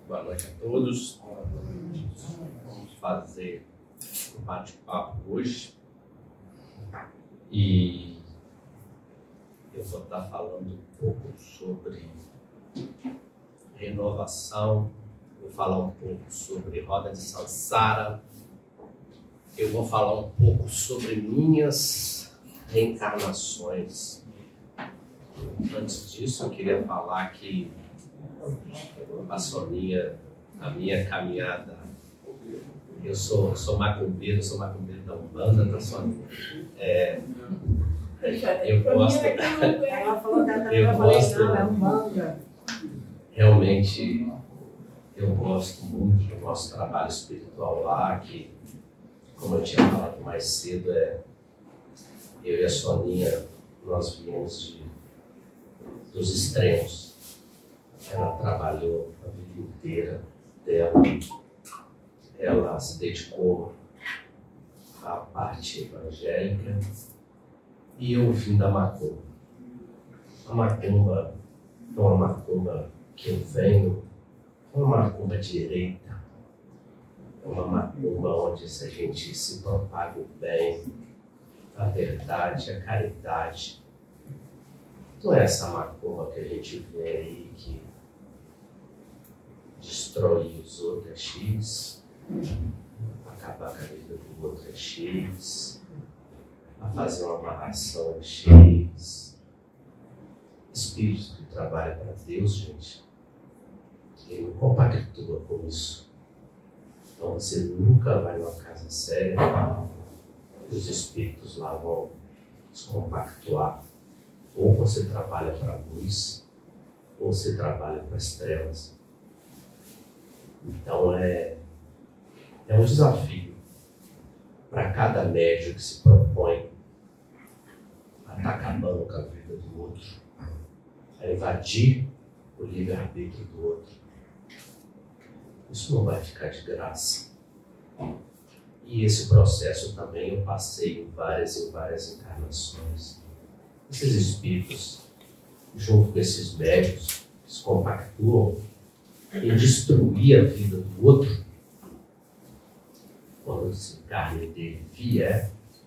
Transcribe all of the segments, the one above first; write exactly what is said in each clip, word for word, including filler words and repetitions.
Boa noite a todos. Vamos fazer um bate-papo hoje. E eu vou estar falando um pouco sobre renovação, vou falar um pouco sobre roda de samsara, eu vou falar um pouco sobre minhas reencarnações. Antes disso, eu queria falar que a Soninha, a minha caminhada, eu sou, sou macumbeiro, sou macumbeiro da Umbanda, da Soninha. É, eu gosto, eu gosto, realmente, eu gosto muito do nosso trabalho espiritual lá, que, como eu tinha falado mais cedo, é, eu e a Soninha, nós viemos de, dos extremos. Ela trabalhou a vida inteira dela, ela se dedicou à parte evangélica e eu vim da macumba. A macumba é uma macumba que eu venho, é uma macumba direita, é uma macumba onde a gente se propaga o bem, a verdade, a caridade. Não é essa macumba que a gente vê aí que destrói os outros é X, acabar com a vida do outro é X, a fazer uma amarração é X. Espírito que trabalha para Deus, gente, ele não compactua com isso. Então você nunca vai numa casa séria e os espíritos lá vão descompactuar. Ou você trabalha para a luz, ou você trabalha para as trevas. Então é, é um desafio para cada médium que se propõe a estar acabando com a vida do outro, a invadir o livre-arbítrio do outro. Isso não vai ficar de graça. E esse processo também eu passei em várias e várias encarnações. Esses espíritos, junto com esses médios, se compactuam em destruir a vida do outro. Quando esse carne dele vier,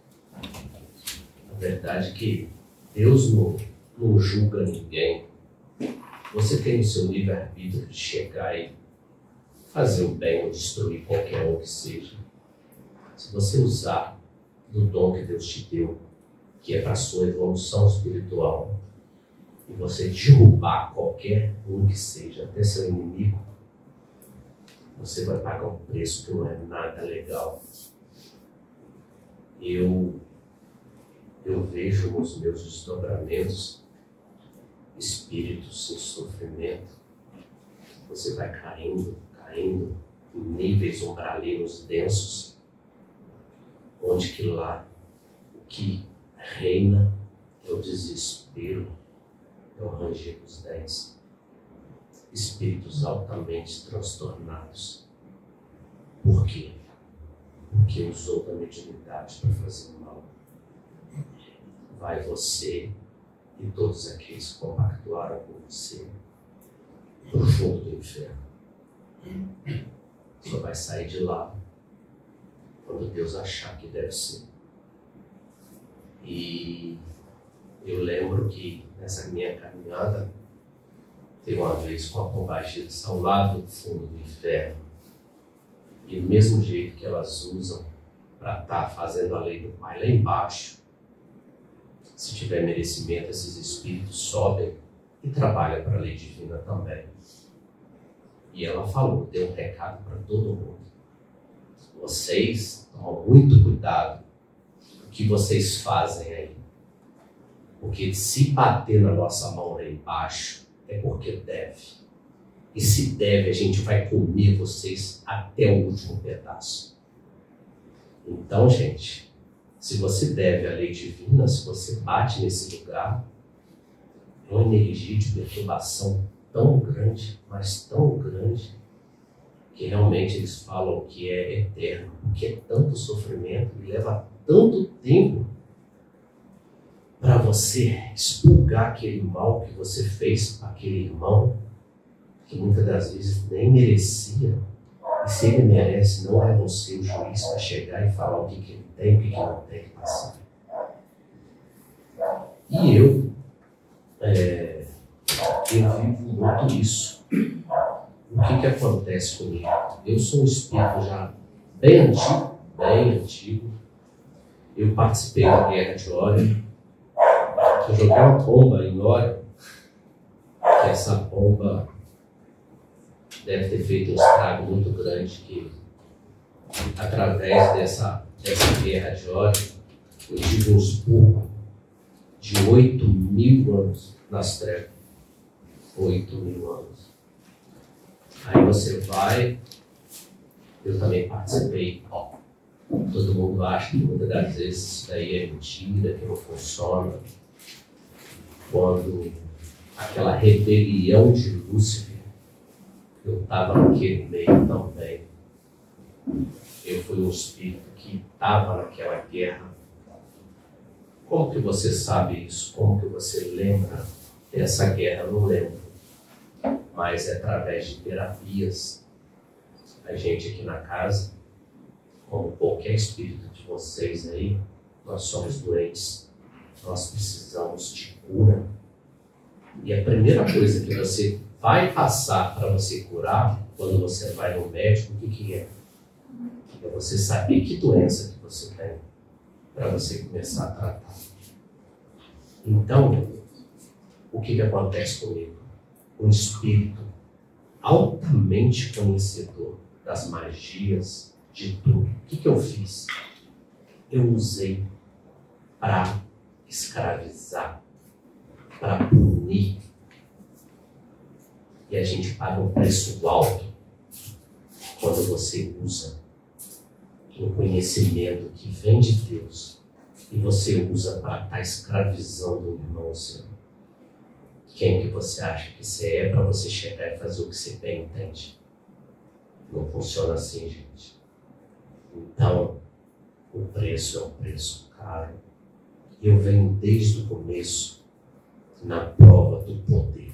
a verdade é que Deus não, não julga ninguém. Você tem o seu livre-arbítrio de chegar e fazer o bem ou destruir qualquer um que seja. Se você usar do dom que Deus te deu, que é para a sua evolução espiritual, e você derrubar qualquer um que seja, até seu inimigo, você vai pagar um preço que não é nada legal. Eu, eu vejo nos meus desdobramentos espíritos em sofrimento. Você vai caindo, caindo em níveis umbraleiros densos, onde que lá o que reina é o desespero, é o ranger dos dentes. Espíritos altamente transtornados. Por quê? Porque usou da mediunidade para fazer mal. Vai você e todos aqueles que compactuaram com você para o fundo do inferno. Só vai sair de lá quando Deus achar que deve ser. E eu lembro que nessa minha caminhada, teve uma vez com a pombagira ao lado do fundo do inferno. E do mesmo jeito que elas usam para estar fazendo a lei do Pai lá embaixo, se tiver merecimento, esses espíritos sobem e trabalham para a lei divina também. E ela falou, deu um recado para todo mundo. Vocês tomam muito cuidado com o que vocês fazem aí. Porque se bater na nossa mão lá embaixo, é porque deve. E se deve, a gente vai comer vocês até o último pedaço. Então, gente, se você deve a lei divina, se você bate nesse lugar, é uma energia de perturbação tão grande, mas tão grande, que realmente eles falam que é eterno, que é tanto sofrimento e leva tanto tempo para você expurgar aquele mal que você fez para aquele irmão, que muitas das vezes nem merecia. E se ele merece, não é você o juiz para chegar e falar o que, que ele tem, o que, que não tem que passar. E eu, é, eu vivo muito isso. O que, que acontece comigo? Eu sou um espírito já bem antigo, bem antigo. Eu participei da guerra de Órion. Eu joguei uma bomba em Órion, que essa bomba deve ter feito um estrago muito grande, que através dessa, dessa guerra de Órion, eu tive um expurgo de oito mil anos nas trevas. oito mil anos. Aí você vai, eu também participei. Todo mundo acha que muitas das vezes isso daí é mentira, que não funciona. Quando aquela rebelião de Lúcifer, eu estava naquele meio também. Eu fui um espírito que estava naquela guerra. Como que você sabe isso? Como que você lembra dessa guerra? Eu não lembro. Mas é através de terapias. A gente aqui na casa, como qualquer espírito de vocês aí, nós somos doentes. Nós precisamos de cura. E a primeira coisa que você vai passar para você curar, quando você vai no médico, o que, que é? É você saber que doença que você tem, para você começar a tratar. Então, o que, que acontece comigo? Um espírito altamente conhecedor das magias, de tudo. O que, que eu fiz? Eu usei para escravizar, para punir. E a gente paga um preço alto quando você usa um conhecimento que vem de Deus e você usa para estar escravizando o irmão seu. Quem que você acha que você é para você chegar e fazer o que você bem entende? Não funciona assim, gente. Então, o preço é um preço caro. Eu venho desde o começo na prova do poder.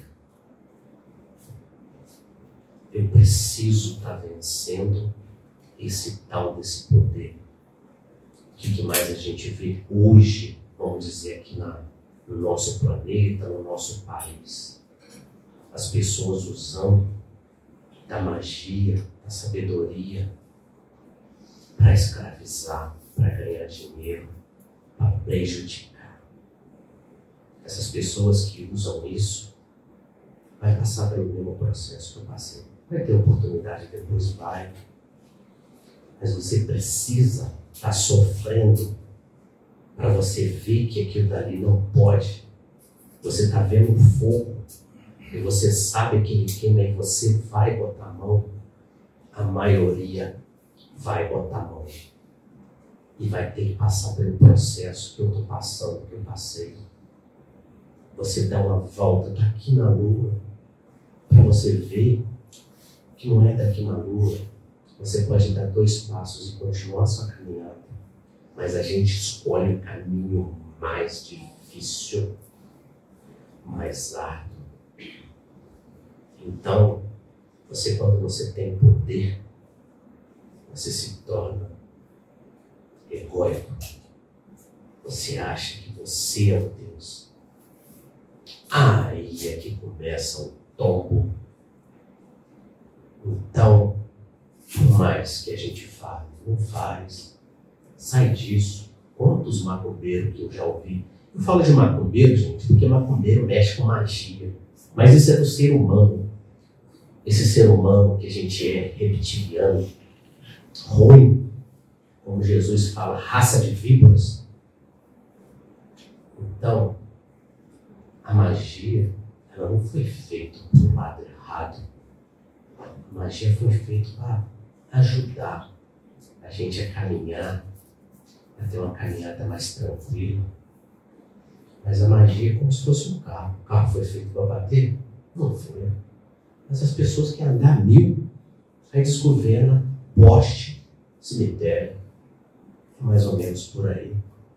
Eu preciso estar vencendo esse tal desse poder. O que, que mais a gente vê hoje, vamos dizer, aqui na, no nosso planeta, no nosso país? As pessoas usando da magia, da sabedoria, para escravizar, para ganhar dinheiro, para prejudicar. Essas pessoas que usam isso vai passar pelo mesmo processo que eu passei. Vai ter oportunidade, depois vai. Mas você precisa estar sofrendo para você ver que aquilo dali não pode. Você está vendo o fogo e você sabe que ele queima e você vai botar a mão. A maioria vai botar a mão. E vai ter que passar pelo processo que eu estou passando, que eu passei. Você dá uma volta daqui na Lua para você ver que não é daqui na Lua. Você pode dar dois passos e continuar a sua caminhada. Mas a gente escolhe o caminho mais difícil, mais árduo. Então, você, quando você tem poder, você se torna egóico. Você acha que você é o Deus. Aí é que começa o tombo. Então, por mais que a gente fale, não faz, sai disso. Quantos macumbeiros que eu já ouvi? Eu falo de macumbeiro, gente, porque macumbeiro mexe com magia. Mas isso é do ser humano. Esse ser humano que a gente é reptiliano, ruim, como Jesus fala, raça de víboras. Então, a magia, ela não foi feita do lado errado. A magia foi feita para ajudar a gente a caminhar, a ter uma caminhada mais tranquila. Mas a magia é como se fosse um carro. O carro foi feito para bater? Não foi. Mas as pessoas querem andar mil, aí desgoverna poste, cemitério. É mais ou menos por aí.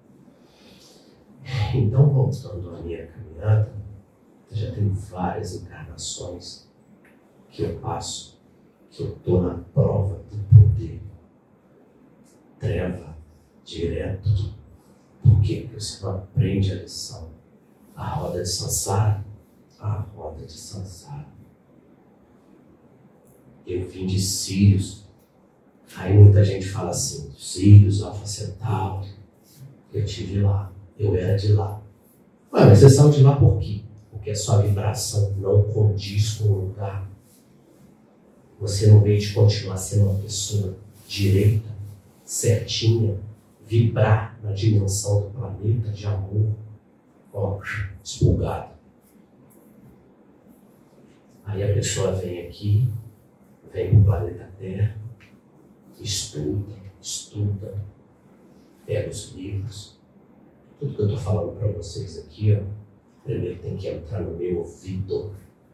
Então, voltando à minha caminhada, eu já tenho várias encarnações que eu passo, que eu estou na prova do poder. Treva, direto. Por quê? Porque você não aprende a lição. A roda de Sansara, a roda de Sansara. Eu vim de Sírios. Aí muita gente fala assim, Sírios, Alfa Centauri. Eu estive lá, eu era de lá. Ué, mas você saiu de lá por quê? Porque a sua vibração não condiz com o lugar. Você não veio de continuar sendo uma pessoa direita, certinha, vibrar na dimensão do planeta de amor. Ó, expulgado. Aí a pessoa vem aqui, vem para o planeta Terra, estuda, estuda, pega os livros. Tudo que eu estou falando para vocês aqui, ó, primeiro tem que entrar no meu ouvido.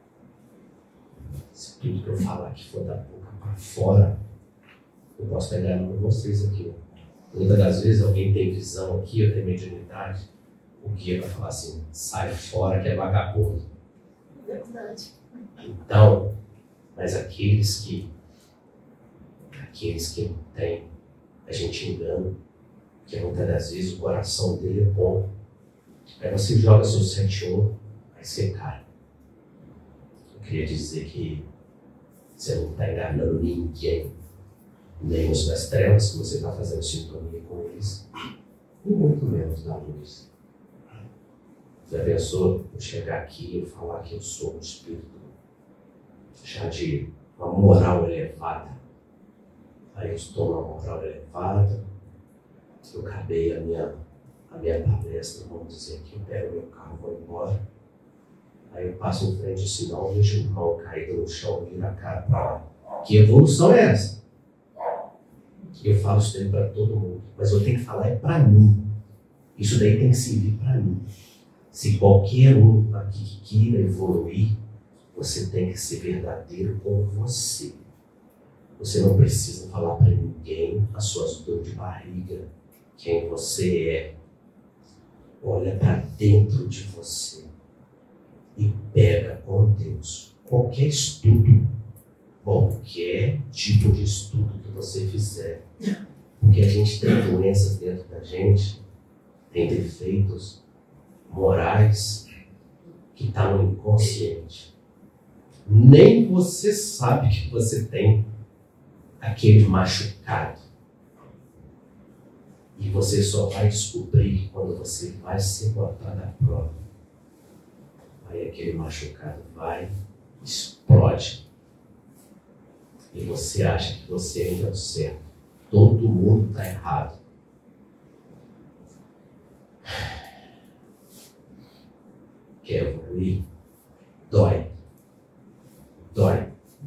Se tudo que eu falar aqui for da boca para fora, eu posso pegar com vocês aqui. Ó. Muitas das vezes alguém tem visão aqui, eu tenho mediunidade, o guia vai falar assim, sai fora que é vagabundo. Verdade. Então, mas aqueles que, aqueles que não têm, a gente engana, que muitas das vezes o coração dele é bom. Aí você joga seu sete um, aí você cai. Eu queria dizer que você não está enganando ninguém, nem os das trevas, que você está fazendo sintonia com eles, e muito menos da luz. Já pensou eu chegar aqui e falar que eu sou um espírito já de uma moral elevada? Aí eu estou numa moral elevada, eu acabei a minha, a minha palestra, vamos dizer que eu pego meu carro e vou embora. Aí eu passo em frente ao sinal, vejo o irmão caído no chão, vira a cara para lá. Que evolução é essa? Eu falo isso daí para todo mundo, mas eu tenho que falar é para mim. Isso daí tem que servir para mim. Se qualquer um aqui queira evoluir, você tem que ser verdadeiro com você. Você não precisa falar para ninguém as suas dores de barriga, quem você é. Olha para dentro de você e pega com Deus qualquer estudo, qualquer tipo de estudo que você fizer. Porque a gente tem doenças dentro da gente, tem defeitos morais que estão no inconsciente. Nem você sabe que você tem aquele machucado. E você só vai descobrir quando você vai ser botado à prova. Aí aquele machucado vai, explode. E você acha que você ainda é o certo. Todo mundo está errado. Quer evoluir? Dói. Dói.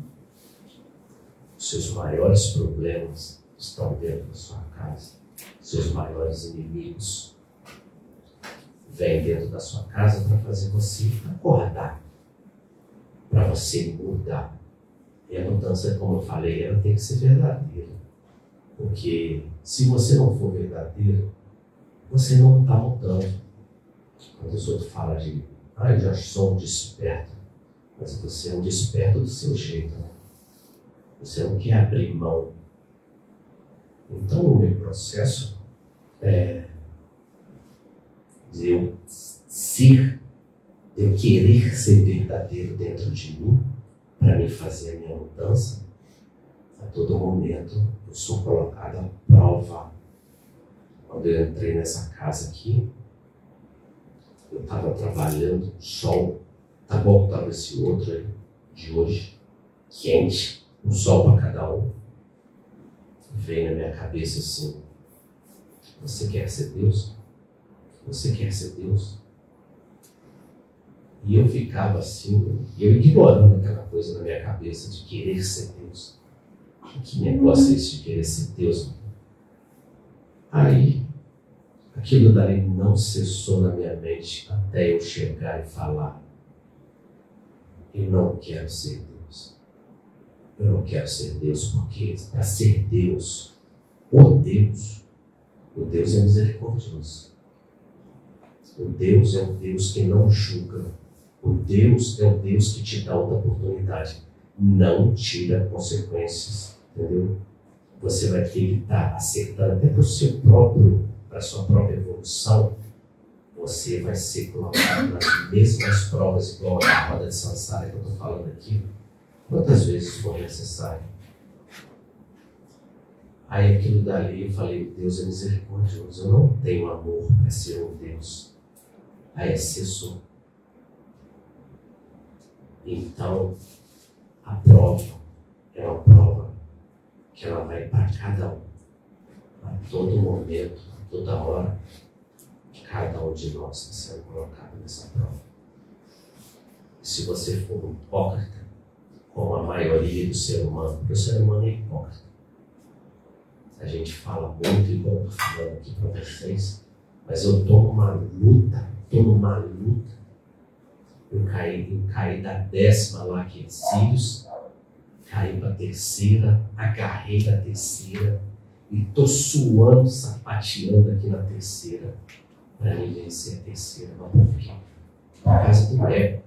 Os seus maiores problemas estão dentro da sua casa. Seus maiores inimigos vêm dentro da sua casa para fazer você acordar, para você mudar. E a mudança, como eu falei, ela tem que ser verdadeira. Porque se você não for verdadeiro, você não está mudando. Quando os outros falam de, ah, eu já sou um desperto, mas você é um desperto do seu jeito, né? Você não quer abrir mão. Então, o meu processo é de eu ser, de eu querer ser verdadeiro dentro de mim, para me fazer a minha mudança. A todo momento eu sou colocado à prova. Quando eu entrei nessa casa aqui, eu estava trabalhando, sol, tá bom, estava esse outro aí de hoje, quente, um sol para cada um. Veio na minha cabeça assim, você quer ser Deus? Você quer ser Deus? E eu ficava assim, eu ignorando aquela coisa na minha cabeça de querer ser Deus. Que negócio é esse de querer ser Deus? Aí, aquilo dali não cessou na minha mente até eu chegar e falar, eu não quero ser Deus. Eu não quero ser Deus porque para ser Deus, o Deus, o Deus é misericordioso. O Deus é o Deus que não julga. O Deus é o Deus que te dá outra oportunidade. não tira consequências, entendeu? Você vai ter que estar acertando até para o seu próprio, para a sua própria evolução. Você vai ser colocado nas mesmas provas, igual a roda de samsara que eu estou falando aqui, quantas vezes for necessário. Aí aquilo dali eu falei, Deus é misericordioso, eu não tenho amor para ser um Deus. Aí excessou. Então, a prova é uma prova que ela vai para cada um, a todo momento, a toda hora. Cada um de nós está sendo colocado nessa prova. Se você for um hipócrita, como a maioria do ser humano, porque o ser humano é hipócrita. A gente fala muito, igual eu estou falando aqui para vocês, mas eu estou numa luta, estou numa luta. Eu caí, eu caí da décima lá, que é Sirius, caí para a terceira, agarrei da terceira e estou suando, sapateando aqui na terceira. Para mim vencer a terceira, mas por quê? Por causa do ego,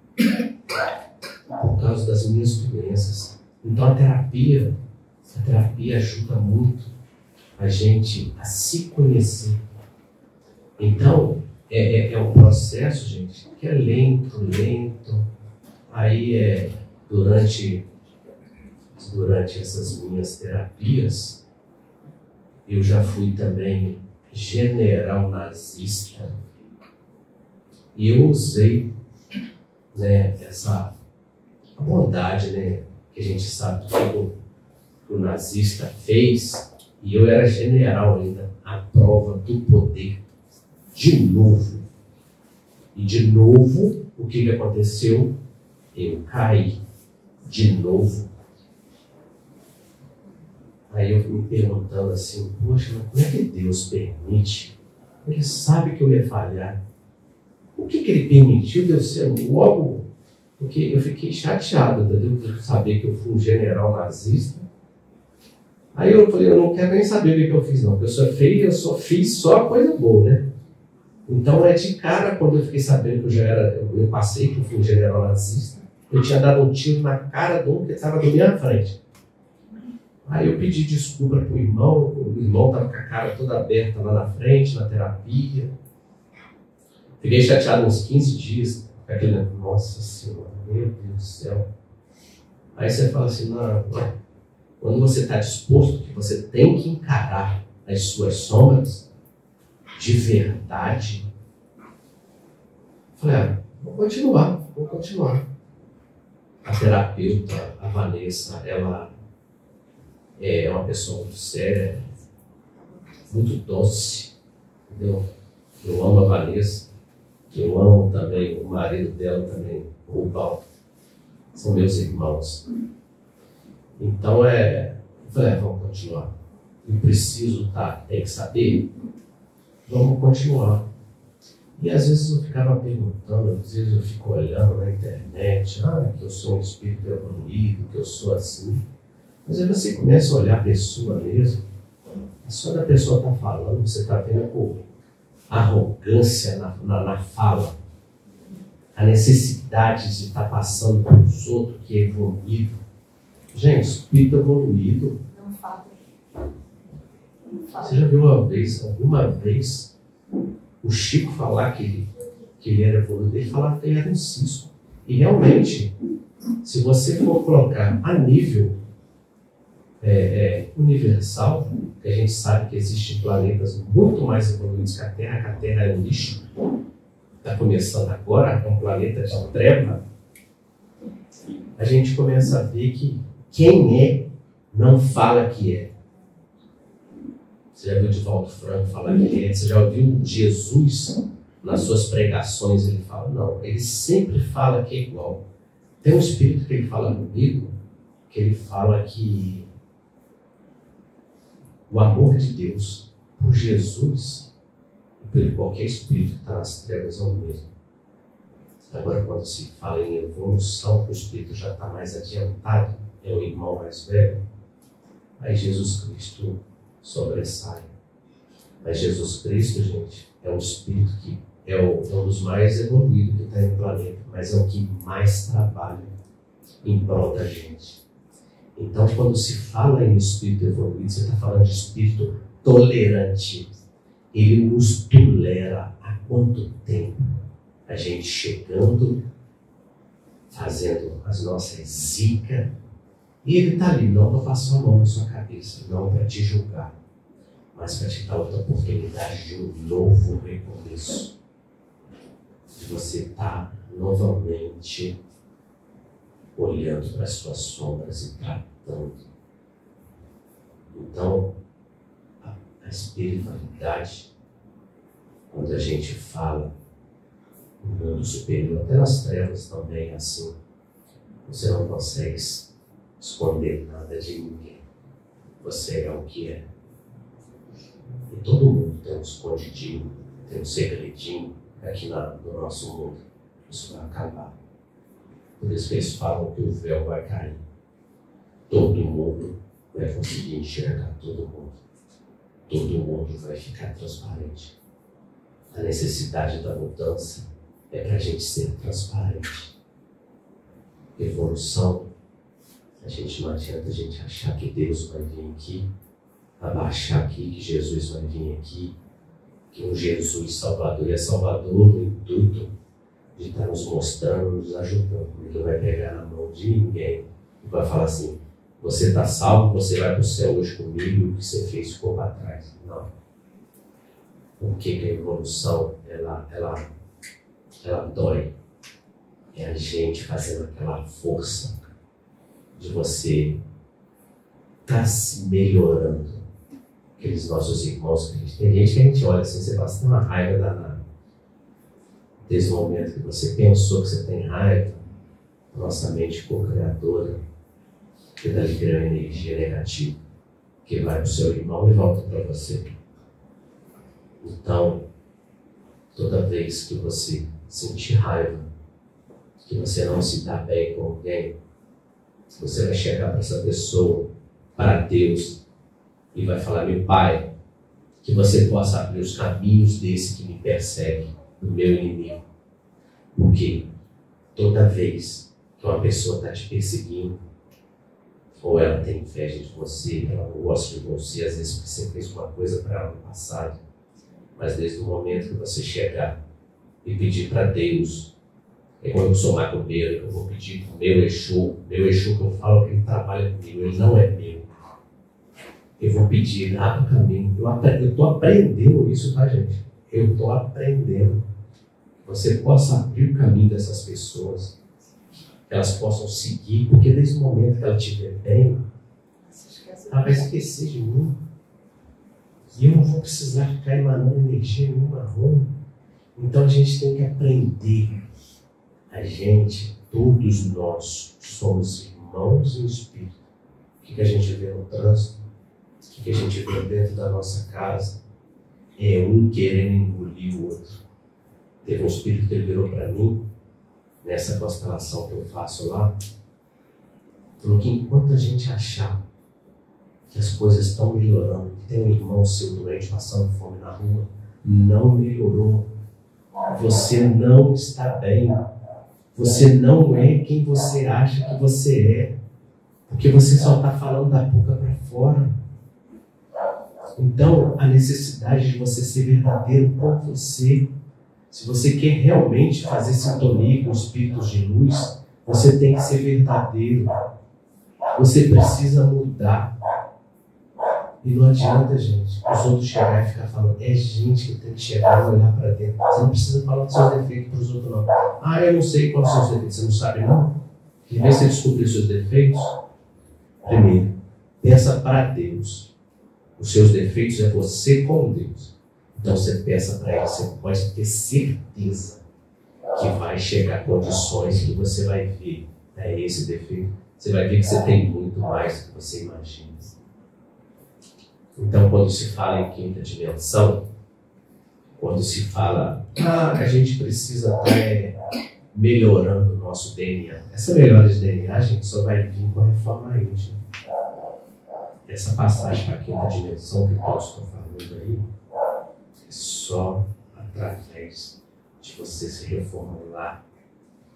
por causa das minhas doenças. Então a terapia, a terapia ajuda muito a gente a se conhecer. Então é, é, é um processo, gente, que é lento, lento. Aí é durante, durante essas minhas terapias, eu já fui também general nazista, e eu usei, né, essa bondade, né, que a gente sabe que o, que o nazista fez, e eu era general ainda, a prova do poder, de novo. E de novo, o que, que aconteceu? Eu caí de novo. Aí eu fui me perguntando assim, poxa, mas como é que Deus permite? Ele sabe que eu ia falhar. O que, que ele permitiu de eu ser logo? Porque eu fiquei chateado, entendeu? De saber que eu fui um general nazista. Aí eu falei, eu não quero nem saber o que, que eu fiz não, porque eu só fiz, eu só fiz só coisa boa, né? Então é de cara, quando eu fiquei sabendo que eu já era, eu passei que eu fui um general nazista, eu tinha dado um tiro na cara de um que estava na minha frente. Aí eu pedi desculpa para o irmão, o irmão estava com a cara toda aberta lá na frente, na terapia. Fiquei chateado uns quinze dias, com aquele, nossa senhora, meu Deus do céu. Aí você fala assim, não, não. Quando você está disposto, que você tem que encarar as suas sombras de verdade, eu falei, ah, vou continuar, vou continuar. A terapeuta, a Vanessa, ela é uma pessoa muito séria, muito doce, entendeu? Eu amo a Vanessa, eu amo também o marido dela também, o Paulo. São meus irmãos. Então é, eu falei, é, vamos continuar. Eu preciso, tá, tem que saber, vamos continuar. E às vezes eu ficava perguntando, às vezes eu fico olhando na internet, ah, que eu sou um espírito evoluído, que eu sou assim. Mas aí você começa a olhar a pessoa mesmo, só da pessoa está falando, você está vendo pô, arrogância na, na, na fala, a necessidade de estar tá passando para os outros que é evoluído. Gente, espírito evoluído. Não fala. Não fala. Você já viu uma vez, alguma vez, o Chico falar que ele, que ele era evoluído? Ele falava que ele era um cisco. E realmente, se você for colocar a nível É, é, universal, que a gente sabe que existem planetas muito mais evoluídos que a Terra, que a Terra é um lixo, está começando agora, é um planeta de treva, a gente começa a ver que quem é não fala que é. Você já viu o Divaldo Franco falar que é? Você já ouviu Jesus nas suas pregações? Ele fala, não, ele sempre fala que é igual. Tem um espírito que ele fala comigo, que ele fala que o amor de Deus por Jesus e por qualquer espírito que está nas trevas é o mesmo. Agora, quando se fala em evolução, que o espírito já está mais adiantado, é o irmão mais velho, aí Jesus Cristo sobressai. Mas Jesus Cristo, gente, é um espírito que é, o, é um dos mais evoluídos que está no planeta, mas é o que mais trabalha. em prol da gente. Então, quando se fala em espírito evoluído, você está falando de espírito tolerante. Ele nos tolera há quanto tempo? A gente chegando, fazendo as nossas zicas, e ele está ali, não para passar a mão na sua cabeça, não para te julgar, mas para te dar outra oportunidade de um novo recomeço. De você estar novamente olhando para as suas sombras e tratando. Então, a, a espiritualidade, quando a gente fala no mundo superior, até nas trevas também é assim, você não consegue esconder nada de ninguém. Você é o que é. E todo mundo tem um escondidinho, tem um segredinho aqui na, no nosso mundo. Isso vai acabar. Por isso que eles falam que o véu vai cair. Todo mundo vai conseguir enxergar todo mundo. Todo mundo vai ficar transparente. A necessidade da mudança é para a gente ser transparente. Evolução, a gente não adianta a gente achar que Deus vai vir aqui, abaixar aqui, que Jesus vai vir aqui, que um Jesus Salvador é Salvador no intuito de estar nos mostrando, nos ajudando. Ele não vai pegar na mão de ninguém e vai falar assim, você está salvo, você vai para o céu hoje comigo, o que você fez ficou para trás. Não. Porque a evolução, ela, ela, ela dói. É a gente fazendo aquela força de você estar se melhorando. Aqueles nossos irmãos que a gente tem gente que a gente olha assim, você passa uma raiva danada. Desde o momento que você pensou que você tem raiva, a nossa mente co-criadora, que dali cria uma energia negativa, que vai para o seu irmão e volta para você. Então, toda vez que você sentir raiva, que você não se dá bem com alguém, você vai chegar para essa pessoa, para Deus, e vai falar, meu Pai, que você possa abrir os caminhos desse que me persegue, do meu inimigo. Porque toda vez que uma pessoa está te perseguindo, ou ela tem inveja de você, ela não gosta de você, às vezes porque você fez uma coisa para ela no passado, mas desde o momento que você chegar e pedir para Deus, é quando eu sou macumbeiro, que eu vou pedir para o meu Exu, meu Exu que eu falo que ele trabalha comigo, ele não é meu. Eu vou pedir, abre o caminho. Eu estou aprendendo isso, tá, gente? Eu estou aprendendo. Você possa abrir o caminho dessas pessoas, que elas possam seguir, porque desde o momento que ela estiver bem, ela vai esquecer de mim. E eu não vou precisar ficar emanando energia nenhuma ruim. Então a gente tem que aprender. A gente, todos nós, somos irmãos em espírito. O que, que a gente vê no trânsito? O que, que a gente vê dentro da nossa casa? É um querendo engolir o outro. Teve um espírito que ele virou para mim, nessa constelação que eu faço lá, falou que enquanto a gente achar que as coisas estão melhorando, que tem um irmão seu doente passando fome na rua, não melhorou. Você não está bem. Você não é quem você acha que você é, porque você só está falando da boca para fora. Então, a necessidade de você ser verdadeiro com você, se você quer realmente fazer sintonia com espíritos de luz, você tem que ser verdadeiro. Você precisa mudar. E não adianta, gente, os outros chegar e ficar falando. É gente que tem que chegar e olhar para dentro. Você não precisa falar dos seus defeitos para os outros, não. Ah, eu não sei quais são os seus defeitos. Você não sabe, não? Em vez de você descobrir os seus defeitos, primeiro, peça para Deus. Os seus defeitos é você com Deus. Então você peça para Ele. Você pode ter certeza que vai chegar condições que você vai ver é esse defeito. Você vai ver que você tem muito mais do que você imagina. Então, quando se fala em quinta dimensão, quando se fala ah, a gente precisa estar é, melhorando o nosso D N A. Essa melhora de D N A, a gente só vai vir com a reforma íntima. Essa passagem para a quinta dimensão que eu estou falando aí, é só através de você se reformular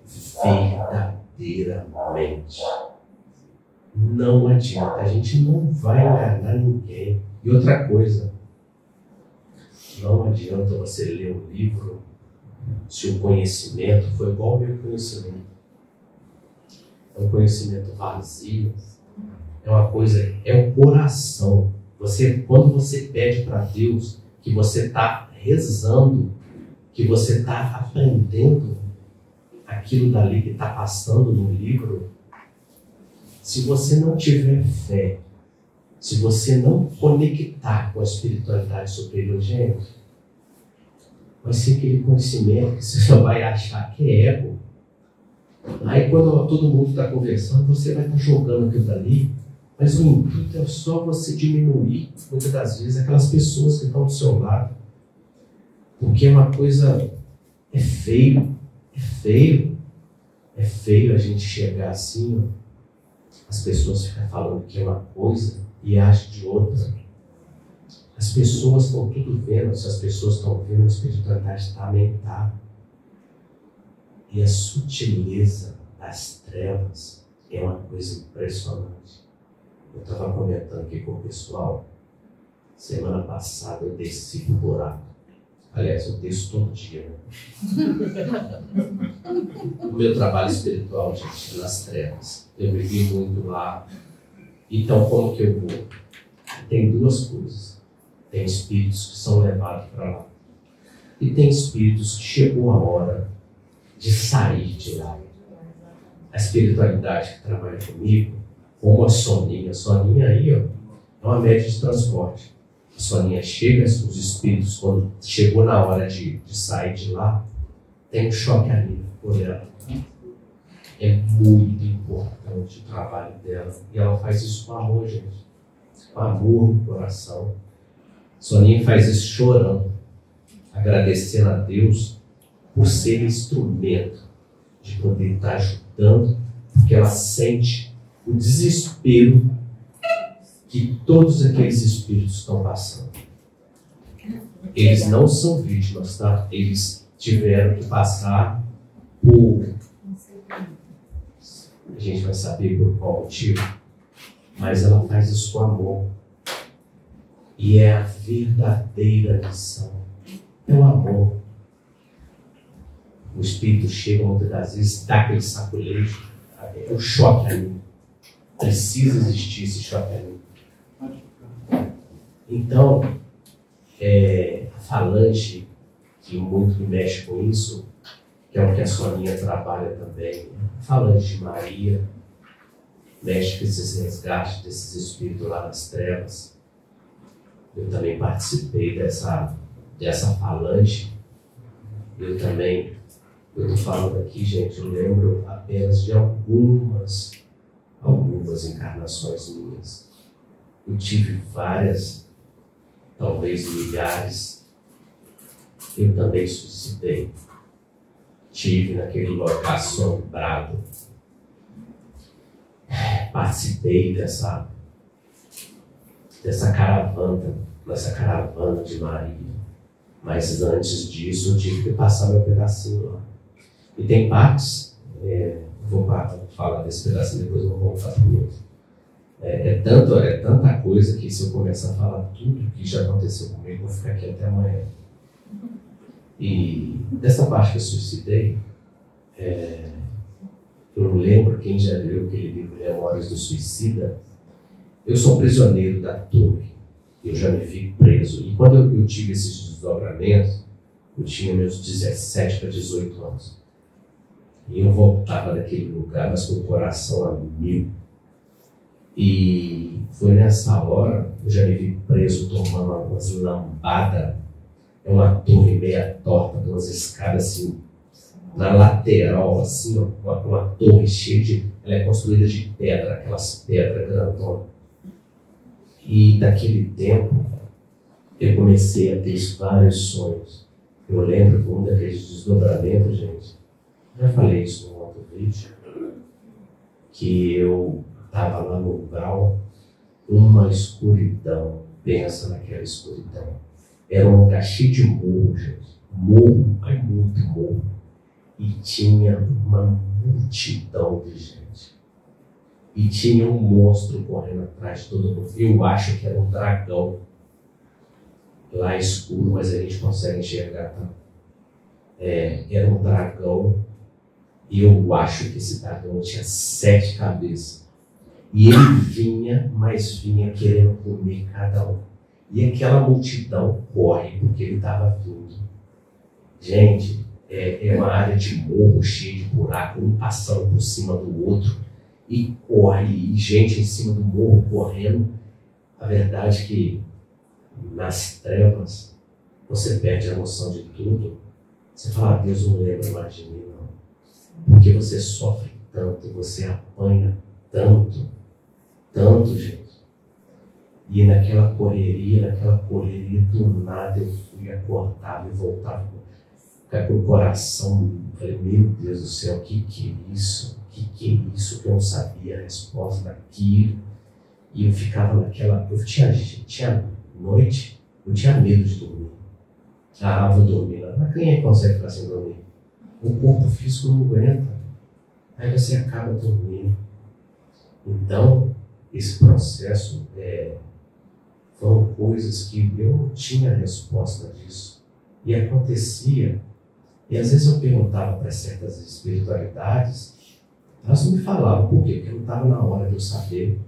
verdadeiramente. Não adianta, a gente não vai enganar ninguém. E outra coisa, não adianta você ler um livro se o conhecimento foi igual ao meu conhecimento. É um conhecimento vazio, é uma coisa, é o coração. Você, quando você pede para Deus que você está rezando, que você está aprendendo aquilo dali que está passando no livro, se você não tiver fé, se você não conectar com a espiritualidade superior, gente, vai ser aquele conhecimento que você só vai achar que é ego. Aí quando todo mundo está conversando, você vai estar jogando aquilo dali, mas o intuito é só você diminuir, muitas das vezes, aquelas pessoas que estão do seu lado. Porque é uma coisa, é feio, é feio, é feio a gente chegar assim, ó, as pessoas ficam falando que é uma coisa e agem de outra. As pessoas estão tudo vendo, se as pessoas estão vendo, a espiritualidade está aumentada. E a sutileza das trevas é uma coisa impressionante. Eu estava comentando aqui com o pessoal, semana passada eu desci pro buraco. Aliás, eu desço todo dia, né? O meu trabalho espiritual, gente, é nas trevas. Eu vivi muito lá. Então, como que eu vou? Tem duas coisas. Tem espíritos que são levados para lá. E tem espíritos que chegou a hora de sair de lá. A espiritualidade que trabalha comigo, como a Soninha. A Soninha aí, ó, é uma média de transporte. A Soninha chega, os espíritos, quando chegou na hora de, de sair de lá, tem um choque ali por ela. É muito importante o trabalho dela. E ela faz isso com amor, gente. Com amor no coração. A Soninha faz isso chorando, agradecendo a Deus por ser instrumento de poder estar ajudando, porque ela sente o desespero que todos aqueles espíritos estão passando. Eles não são vítimas, tá? Eles tiveram que passar por... A gente vai saber por qual motivo, mas ela faz isso com amor. E é a verdadeira missão. É o amor. O espírito chega muitas das vezes, dá aquele saculejo, é o choque ali. Precisa existir esse choque ali. Então, é, a falange, que muito mexe com isso, que é o que a Soninha trabalha também, a falange de Maria, mexe com esses resgates desses espíritos lá nas trevas. Eu também participei dessa, dessa falange. Eu também, eu estou falando aqui, gente, eu lembro apenas de algumas, algumas encarnações minhas. Eu tive várias, talvez milhares. Eu também suicidei. Tive naquele local assombrado. Participei dessa, dessa caravana, dessa caravana de Maria. Mas antes disso eu tive que passar meu pedacinho lá. E tem partes, é, vou falar desse pedacinho, depois eu vou voltar para o outro. É, é, tanto, é tanta coisa que se eu começar a falar tudo que já aconteceu comigo, eu vou ficar aqui até amanhã. E dessa parte que eu suicidei, é, eu não lembro quem já leu aquele livro Memórias do Suicida. Eu sou um prisioneiro da torre, eu já me vi preso. E quando eu, eu tive esses desdobramentos, eu tinha meus dezessete para dezoito anos. E eu voltava daquele lugar, mas com o coração a mil. E foi nessa hora, eu já me vi preso tomando umas lambadas. É uma torre meia torta, com umas escadas assim, na lateral, assim, uma, uma torre cheia de... Ela é construída de pedra, aquelas pedras grandonas. E daquele tempo, eu comecei a ter vários sonhos. Eu lembro que um daqueles desdobramentos, gente, já falei isso no outro vídeo, que eu estava lá no umbral, uma escuridão, pensa naquela escuridão. Era um lugar cheio de morro, gente. Morro, mas muito morro. e tinha uma multidão de gente. E tinha um monstro correndo atrás de todo mundo. Eu acho que era um dragão. Lá é escuro, mas a gente consegue enxergar, tá? É, era um dragão. E eu acho que esse dragão tinha sete cabeças. E ele vinha, mas vinha querendo comer cada um. E aquela multidão corre, porque ele estava vindo. Gente, é, é uma área de morro cheia de buraco, um passando por cima do outro. E corre, e gente em cima do morro correndo. A verdade é que nas trevas você perde a noção de tudo. Você fala, ah, Deus não lembra mais de mim, não. Porque você sofre tanto, você apanha tanto, tanto, gente. E naquela correria, naquela correria, do nada eu fui, acordava e voltava com o coração. Falei, meu Deus do céu, o que que é isso? O que que é isso? Que eu não sabia a resposta daquilo. E eu ficava naquela... Eu tinha, tinha noite, eu tinha medo de dormir. Ah, vou dormir. Mas quem é que consegue ficar sem dormir? O corpo físico não aguenta. Aí você acaba dormindo. Então, esse processo é, foram coisas que eu não tinha resposta disso. E acontecia. E às vezes eu perguntava para certas espiritualidades, elas não me falavam por quê, porque não estava na hora de eu saber.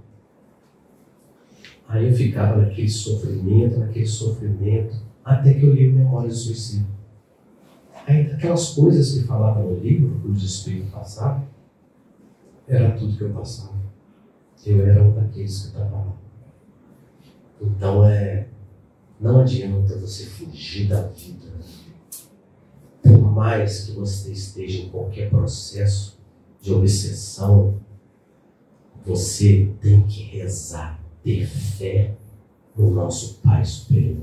Aí eu ficava naquele sofrimento, naquele sofrimento, até que eu li o Memória do Suicídio. Aí aquelas coisas que falavam no livro, que os espíritos passavam, era tudo que eu passava. Eu era um daqueles que estava lá. Então é, não adianta você fugir da vida. Por mais que você esteja em qualquer processo de obsessão, você tem que rezar, ter fé no nosso Pai Superior.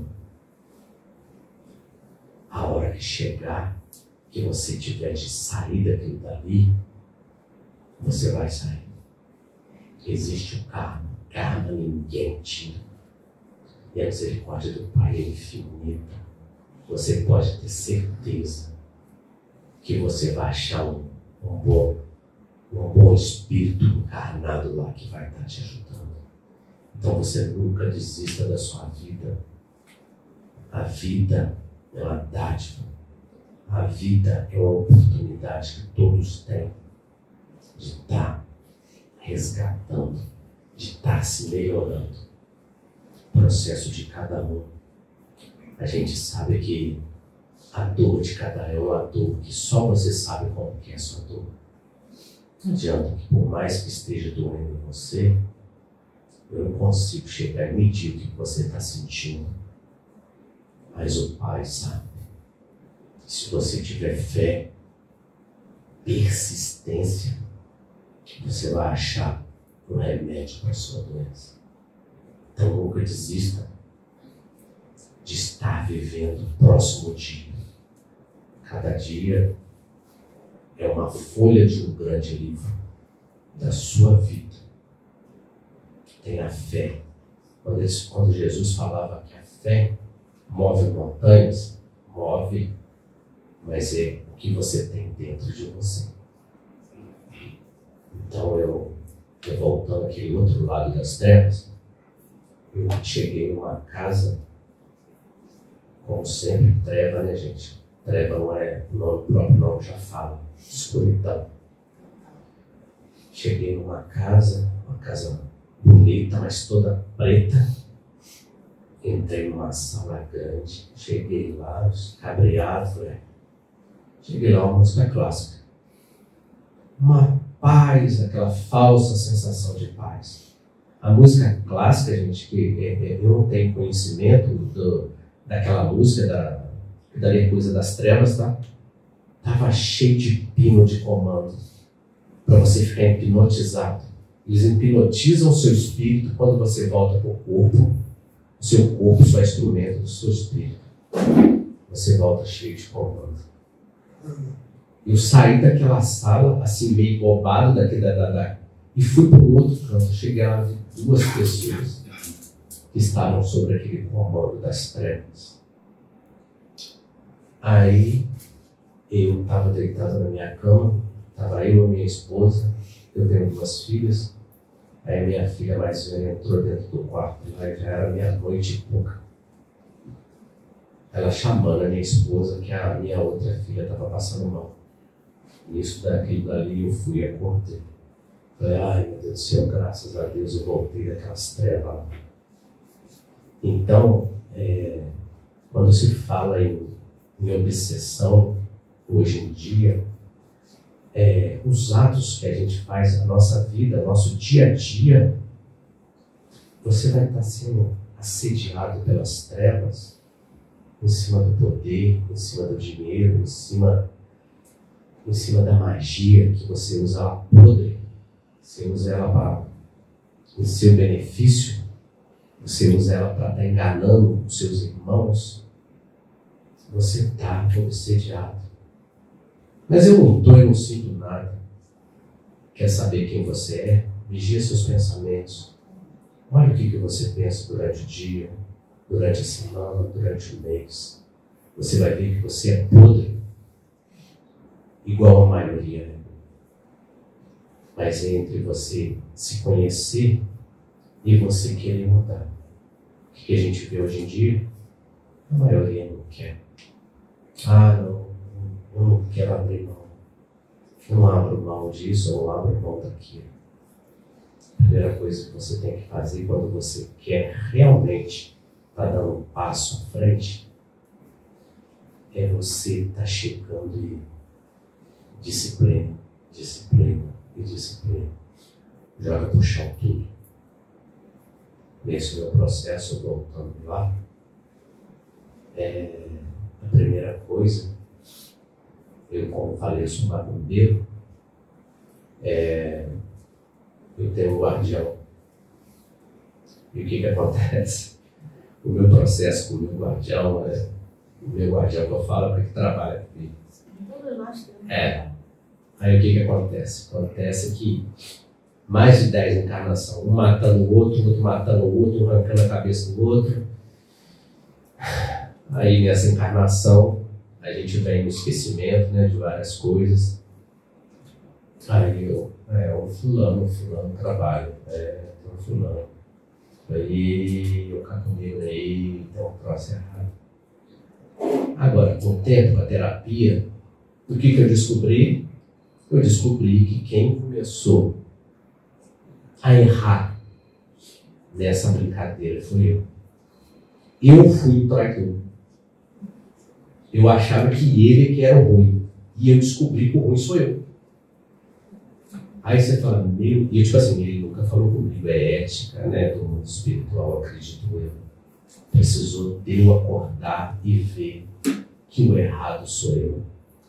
A hora que chegar, que você tiver de sair daquilo dali, você vai sair. Existe o karma. Karma ninguém tira. E a misericórdia do Pai é infinita. Você pode ter certeza que você vai achar um, um, bom, um bom espírito encarnado lá que vai estar te ajudando. Então você nunca desista da sua vida. A vida é uma dádiva. A vida é uma oportunidade que todos têm de estar resgatando, de estar se melhorando. O processo de cada um. A gente sabe que a dor de cada um é uma dor que só você sabe como que é a sua dor. Não adianta que por mais que esteja doendo em você, eu não consigo chegar e medir o que você está sentindo. Mas o Pai sabe. Se você tiver fé, persistência, você vai achar um remédio para a sua doença. Então nunca desista de estar vivendo o próximo dia. Cada dia é uma folha de um grande livro da sua vida. Tenha fé. Quando, eles, quando Jesus falava que a fé move montanhas, move, mas é o que você tem dentro de você. Então eu, eu voltando aquele outro lado das trevas, eu cheguei numa casa, como sempre, treva, né, gente? Treva não é, o nome, próprio nome já fala, escuridão. Cheguei numa casa, uma casa bonita, mas toda preta. Entrei numa sala grande, cheguei lá, cabreado, falei, cheguei lá, uma música clássica. Uma paz, aquela falsa sensação de paz. A música clássica, gente, que é, é, eu não tenho conhecimento do, daquela música, da, da coisa das trevas, tá? Tava cheio de pino de comando para você ficar hipnotizado. Eles hipnotizam o seu espírito quando você volta para o corpo. O seu corpo só é instrumento do seu espírito. Você volta cheio de comando. Eu saí daquela sala, assim, meio bobado daqui, da, da, da, e fui para um outro canto. Cheguei lá de duas pessoas que estavam sobre aquele comando das trevas. Aí eu estava deitado na minha cama, estava eu e minha esposa, eu tenho duas filhas, aí minha filha mais velha entrou dentro do quarto, lá já era meia-noite e pouca. Ela chamando a minha esposa, que a minha outra filha estava passando mal. Nisso daquilo dali eu fui e acordei. Falei, ai meu Deus do céu, graças a Deus eu voltei daquelas trevas lá. Então, é, quando se fala em, em obsessão, hoje em dia, é, os atos que a gente faz, a nossa vida, nosso dia a dia, você vai estar sendo assediado pelas trevas, em cima do poder, em cima do dinheiro, em cima, em cima da magia que você usa ela podre, você usa ela para em seu benefício, você usa ela para estar enganando os seus irmãos, você está obsediado. Mas eu não estou, eu não sinto nada. Quer saber quem você é? Vigia seus pensamentos. Olha o que, que você pensa durante o dia, durante a semana, durante o mês. Você vai ver que você é podre, igual a maioria. Né? Mas é entre você se conhecer e você querer mudar. O que a gente vê hoje em dia? A maioria não quer. Ah, não, eu não quero abrir mão. Eu não abro mão disso, eu não abro mão daquilo. A primeira coisa que você tem que fazer quando você quer realmente estar dando um passo à frente é você estar chegando e disciplina, disciplina e disciplina. Joga pro chão tudo. Nesse meu processo, voltando lá, é, a primeira coisa, eu como falei, eu sou macumbeiro, é, eu tenho um guardião. E o que que acontece? O meu processo com o meu guardião, é, o meu guardião que eu falo para que trabalha comigo. É. Aí o que que acontece? Acontece que mais de dez encarnações, um matando o outro, o outro matando o outro, um arrancando a cabeça do outro. Aí nessa encarnação, a gente vem no esquecimento, né, de várias coisas. Aí eu, é, um fulano, um fulano trabalho, é, tem um fulano. Aí eu cá comigo, aí tem um troço errado. Agora, com o tempo, com a terapia, o que que eu descobri? Eu descobri que quem começou a errar nessa brincadeira foi eu. Eu fui o traidor. Eu achava que ele que era o ruim. E eu descobri que o ruim sou eu. Aí você fala, meu... E eu, tipo assim, ele nunca falou comigo. É ética, né? Do mundo espiritual, acredito eu. Precisou de eu acordar e ver que o errado sou eu.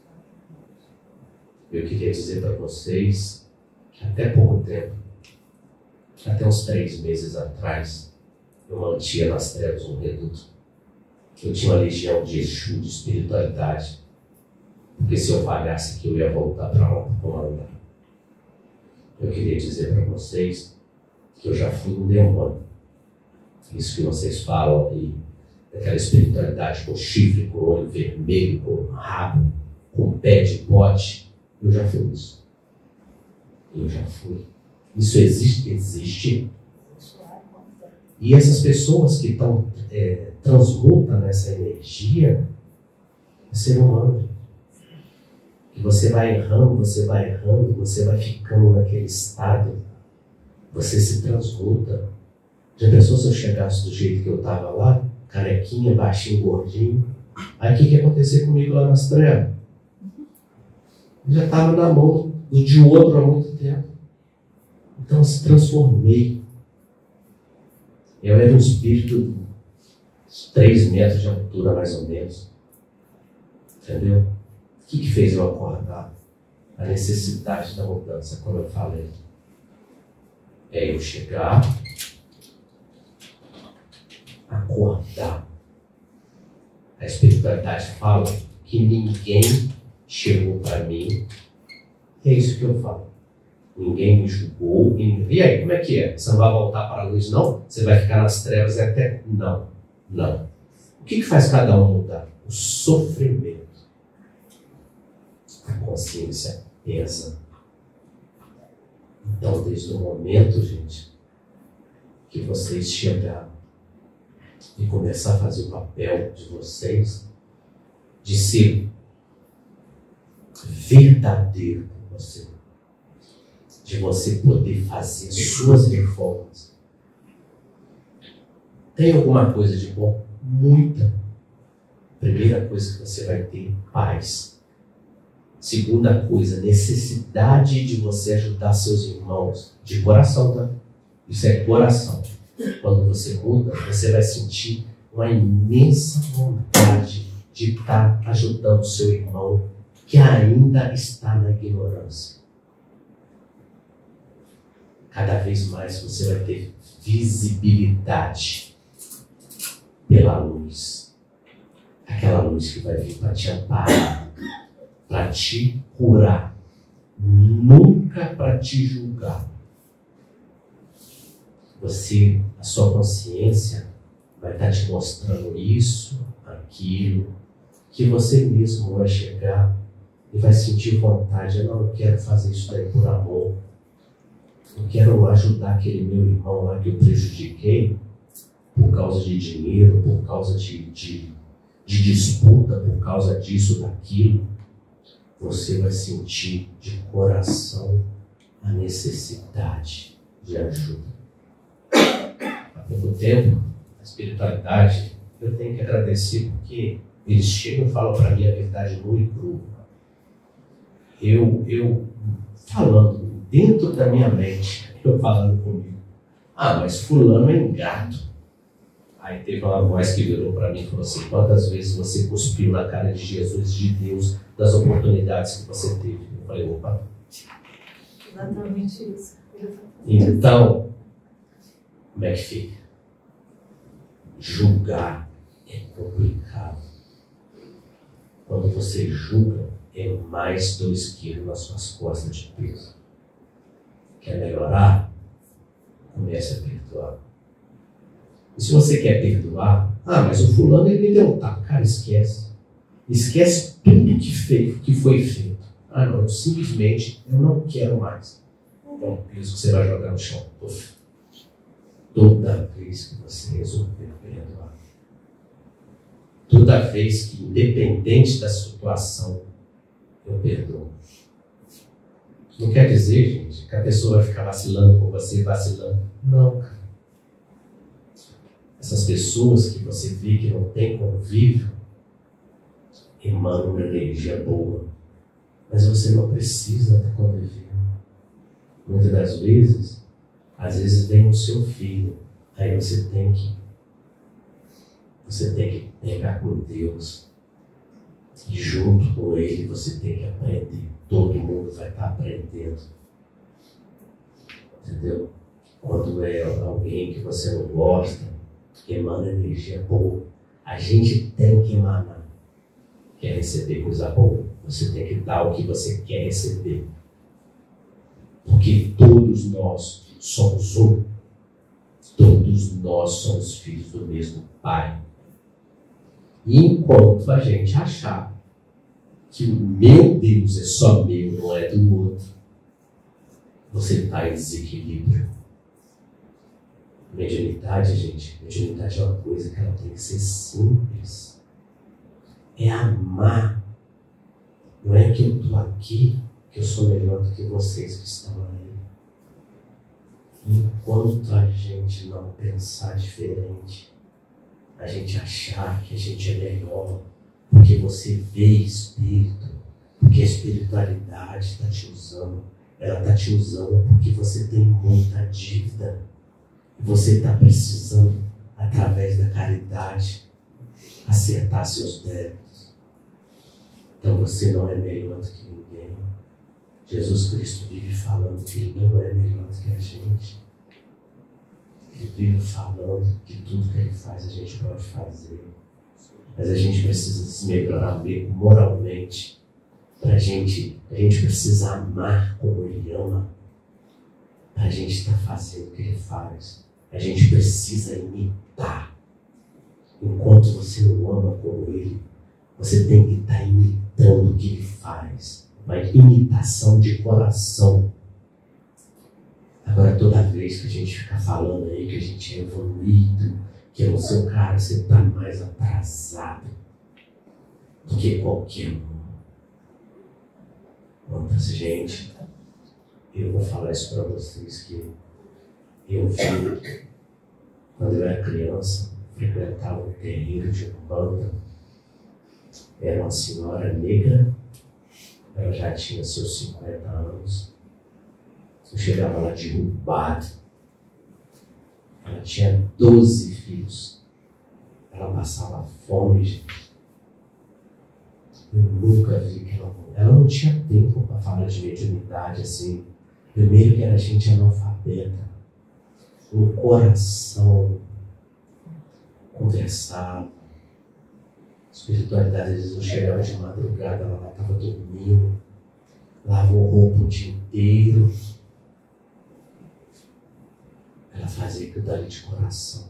Eu queria dizer para vocês que até pouco tempo, até uns três meses atrás, eu mantinha nas trevas um reduto. Eu tinha uma legião de Exu, de espiritualidade. Porque se eu falhasse aqui, eu ia voltar para lá para comandar. Eu queria dizer para vocês que eu já fui um demônio. Isso que vocês falam aí, daquela espiritualidade com chifre, com olho vermelho, com rabo, com pé de bote. Eu já fui isso. Eu já fui. Isso existe? Existe. E essas pessoas que estão é, transmutam nessa energia é ser humano. E você vai errando, você vai errando, você vai ficando naquele estado, você se transmuta. Já pensou se eu chegasse do jeito que eu estava lá, carequinha, baixinho, gordinho? Aí o que, que ia acontecer comigo lá nas trevas? Eu já estava na mão de outro há muito tempo. Então eu se transformei. Eu era um espírito de três metros de altura, mais ou menos. Entendeu? O que, que fez eu acordar? A necessidade da mudança, como eu falei. É eu chegar, acordar. A espiritualidade fala que ninguém chegou para mim. É isso que eu falo. Ninguém me julgou. E, e aí, como é que é? Você não vai voltar para a luz, não? Você vai ficar nas trevas até... Não, não. O que, que faz cada um mudar? O sofrimento. a consciência pesa. Então, desde o momento, gente, que vocês chegaram e começar a fazer o papel de vocês, de ser verdadeiro com você, de você poder fazer suas reformas. Tem alguma coisa de bom? Muita. Primeira coisa que você vai ter, paz. Segunda coisa, necessidade de você ajudar seus irmãos de coração, tá? Isso é coração. Quando você muda, você vai sentir uma imensa vontade de estar ajudando seu irmão que ainda está na ignorância. Cada vez mais você vai ter visibilidade pela luz. Aquela luz que vai vir para te amparar, para te curar, nunca para te julgar. Você, a sua consciência vai estar te mostrando isso, aquilo, que você mesmo vai chegar e vai sentir vontade. Eu não quero fazer isso daí por amor. Eu quero ajudar aquele meu irmão lá que eu prejudiquei por causa de dinheiro, por causa de, de, de disputa, por causa disso, daquilo. Você vai sentir de coração a necessidade de ajuda. Há pouco tempo, a espiritualidade, eu tenho que agradecer porque eles chegam e falam para mim a verdade nua e crua. Eu, eu falando dentro da minha mente, eu falando comigo, ah, mas fulano é ingrato. Aí teve uma voz que virou para mim e falou assim, quantas vezes você cuspiu na cara de Jesus, de Deus, das oportunidades que você teve? Eu falei, opa. Exatamente isso. Então, como é que fica? Julgar é complicado. Quando você julga, é mais dois quilos nas suas costas de peso. Quer melhorar? Comece a perdoar. E se você quer perdoar, ah, mas o fulano ele me deu um tapa. Cara, esquece. Esquece tudo que, fez, que foi feito. Ah, não, simplesmente eu não quero mais. Então, isso que você vai jogar no chão. Uf. Toda vez que você resolver perdoar, toda vez que, independente da situação, eu perdoo. Não quer dizer, gente, que a pessoa vai ficar vacilando com você, vacilando. Não, cara. Essas pessoas que você vê que não tem convívio, emanam uma energia boa. Mas você não precisa estar convivendo. Muitas das vezes, às vezes vem o seu filho, aí você tem que, você tem que pegar com Deus, e junto com Ele você tem que aprender. Todo mundo vai estar aprendendo. Entendeu? Quando é alguém que você não gosta, que emana energia boa, a gente tem que emanar. Quer receber coisa boa? Você tem que dar o que você quer receber. Porque todos nós somos um. Todos nós somos filhos do mesmo Pai. E enquanto a gente achar que o meu Deus é só meu, não é do outro, você está em desequilíbrio. Mediunidade, gente, mediunidade é uma coisa que ela tem que ser simples. É amar. Não é que eu estou aqui, que eu sou melhor do que vocês que estão aí. Enquanto a gente não pensar diferente, a gente achar que a gente é melhor, porque você vê espírito, porque a espiritualidade está te usando, ela está te usando porque você tem muita dívida. Você está precisando, através da caridade, acertar seus débitos. Então você não é melhor do que ninguém. Jesus Cristo vive falando que Ele não é melhor do que a gente. Ele vive falando que tudo que Ele faz a gente pode fazer. Mas a gente precisa se melhorar moralmente. Para a gente, a gente precisa amar como Ele ama. Para a gente estar fazendo o que Ele faz. A gente precisa imitar. Enquanto você não ama como Ele, você tem que estar imitando o que Ele faz. uma imitação de coração. Agora, toda vez que a gente fica falando aí que a gente é evoluído, que é o seu cara, você está mais atrasado do que qualquer um. Quantas gente, eu vou falar isso para vocês que eu vi quando eu era criança, frequentava um terreiro de Umbanda. Era uma senhora negra, ela já tinha seus cinquenta anos. Eu chegava lá derrubado. Ela tinha doze filhos. Ela passava fome, gente. Eu nunca vi que ela... Ela não tinha tempo para falar de mediunidade assim. Primeiro que era gente analfabeta. Um coração. Conversava. Espiritualidade, às vezes eu chegava de madrugada, ela estava dormindo. Lavou roupa o dia inteiro. Ela fazia aquilo dali de coração.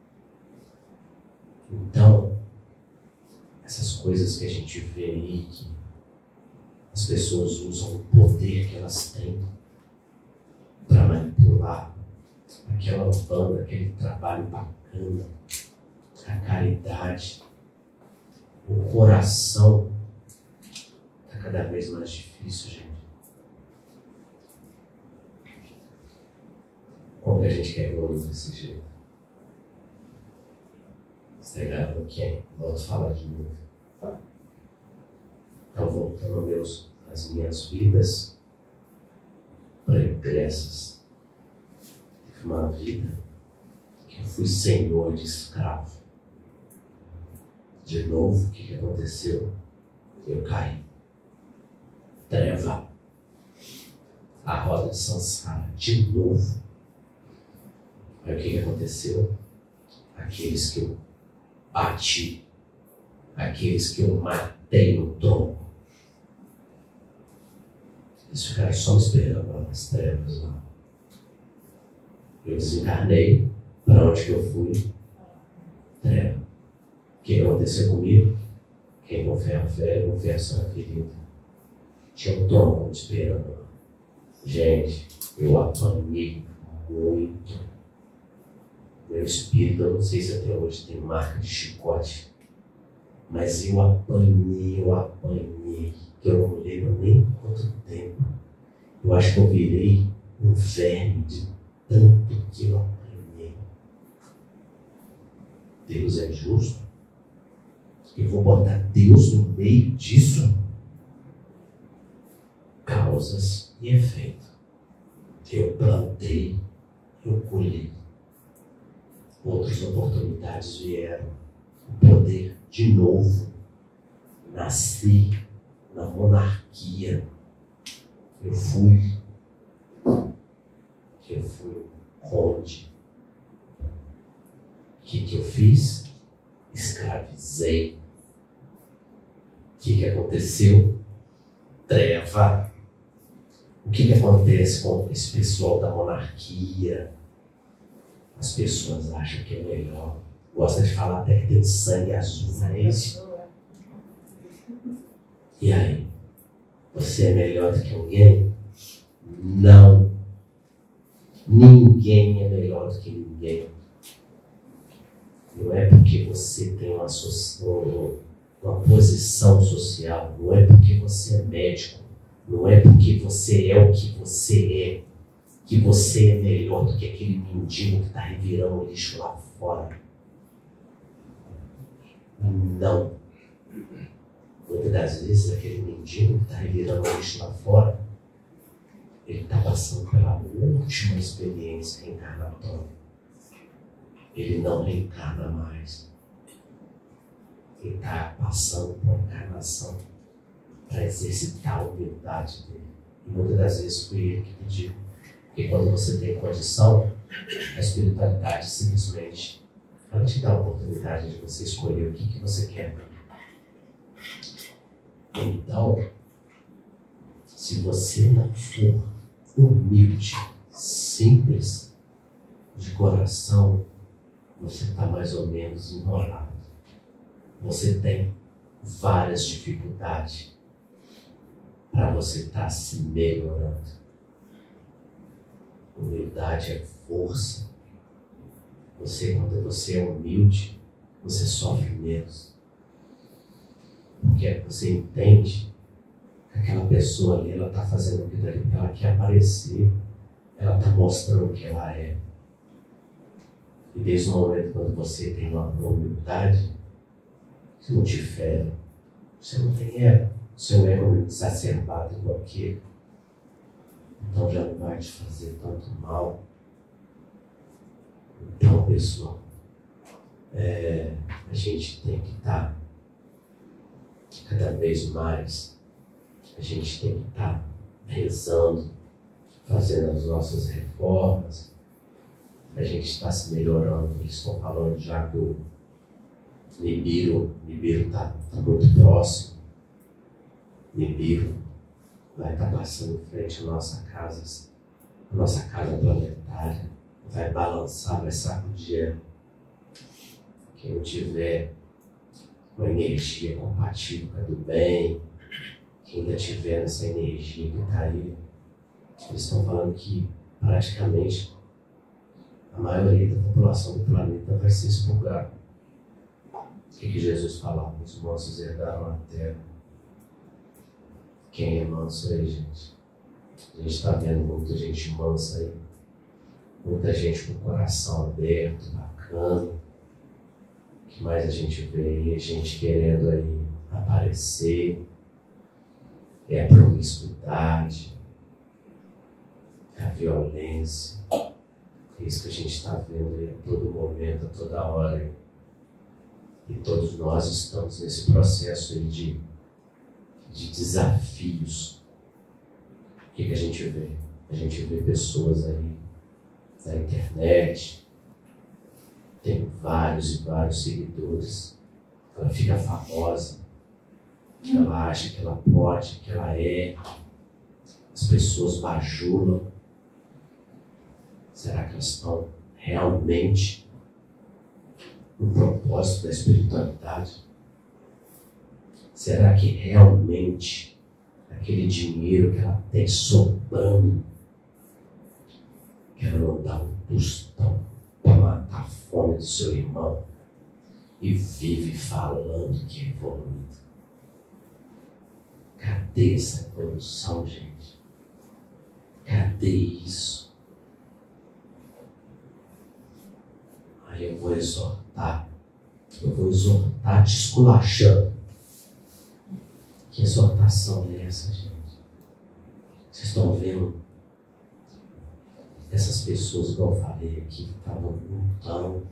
Então, essas coisas que a gente vê aí, que as pessoas usam o poder que elas têm para manipular aquela banda, aquele trabalho bacana, a caridade, o coração, está cada vez mais difícil, gente. Como que a gente quer evoluir desse jeito? Estregaram quem? Vamos falar de novo. Então, voltando meus, às minhas vidas pregressas. Tive uma vida que eu fui senhor de escravo. De novo, o que, que aconteceu? Eu caí. Treva. A roda de Sansara. De novo. Aí o que, que aconteceu? Aqueles que eu bati, aqueles que eu matei no tronco, eles ficaram só me esperando lá nas trevas. Lá. Eu desencarnei, para onde que eu fui? Treva. O que aconteceu comigo? Quem confia a fé, confia a sua querida. Tinha um tronco me esperando lá. Gente, eu apanhei muito. Meu espírito, eu não sei se até hoje tem marca de chicote, mas eu apanhei, eu apanhei, que eu não lembro nem quanto tempo. Eu acho que eu virei um verme de tanto que eu apanhei. Deus é justo? Eu vou botar Deus no meio disso? Causas e efeito. Eu plantei, eu colhi. Outras oportunidades vieram. O poder de novo. Nasci na monarquia. Eu fui. Eu fui conde. O que, que eu fiz? Escravizei. O que, que aconteceu? Treva. O que, que acontece com esse pessoal da monarquia? As pessoas acham que é melhor. Gosta de falar até que tem sangue azul, não é isso? E aí? Você é melhor do que alguém? Não. Ninguém é melhor do que ninguém. Não é porque você tem uma, uma posição social, não é porque você é médico, não é porque você é o que você é, que você é melhor do que aquele mendigo que está revirando o lixo lá fora. Não. Muitas das vezes, aquele mendigo que está revirando o lixo lá fora, ele está passando pela última experiência reencarnatória. Ele não reencarna mais. Ele está passando por uma encarnação para exercitar a humildade dele. E muitas das vezes foi ele que pediu. Porque quando você tem condição, a espiritualidade simplesmente ela te dá a oportunidade de você escolher o que, que você quer. Então, se você não for humilde, simples, de coração, você está mais ou menos enrolado. Você tem várias dificuldades. para você estar se melhorando. Humildade é força. Você, quando você é humilde, você sofre menos. Porque você entende que aquela pessoa ali, ela está fazendo aquilo ali porque ela quer aparecer. Ela está mostrando o que ela é. E desde o momento quando você tem uma humildade, você não te fere. Você não tem ego. Seu ego é exacerbado igual aquele. Então já não vai te fazer tanto mal. Então, pessoal, é, a gente tem que estar cada vez mais, a gente tem que estar rezando, fazendo as nossas reformas, a gente está se melhorando. Eles estão falando já que o Nibiru está tá muito próximo. Nibiru vai estar tá passando em frente à nossa casa, à nossa casa planetária, vai balançar, vai sacudir ela. Quem não tiver uma energia compatível com a do bem, quem ainda tiver essa energia que está aí, eles estão falando que praticamente a maioria da população do planeta vai se expurgar. O que, que Jesus falava? Os mansos herdaram a terra. Quem é manso aí, gente? A gente está vendo muita gente mansa aí. Muita gente com o coração aberto, bacana. O que mais a gente vê aí? A gente querendo aí aparecer. É a promiscuidade. É a violência. É isso que a gente está vendo aí a todo momento, a toda hora. E todos nós estamos nesse processo aí de, de desafios. O que, que a gente vê? A gente vê pessoas aí na internet, tem vários e vários seguidores, ela fica famosa, ela acha que ela pode, que ela é, as pessoas bajulam. Será que elas estão realmente no propósito da espiritualidade? Será que realmente aquele dinheiro que ela tem sobrando, que ela não dá um tostão para matar a fome do seu irmão e vive falando que é evoluído? Cadê essa evolução, gente? Cadê isso? Aí eu vou exortar, eu vou exortar te esculachando. Que exortação é essa, gente? Vocês estão vendo essas pessoas, igual eu falei aqui, que estavam lutando.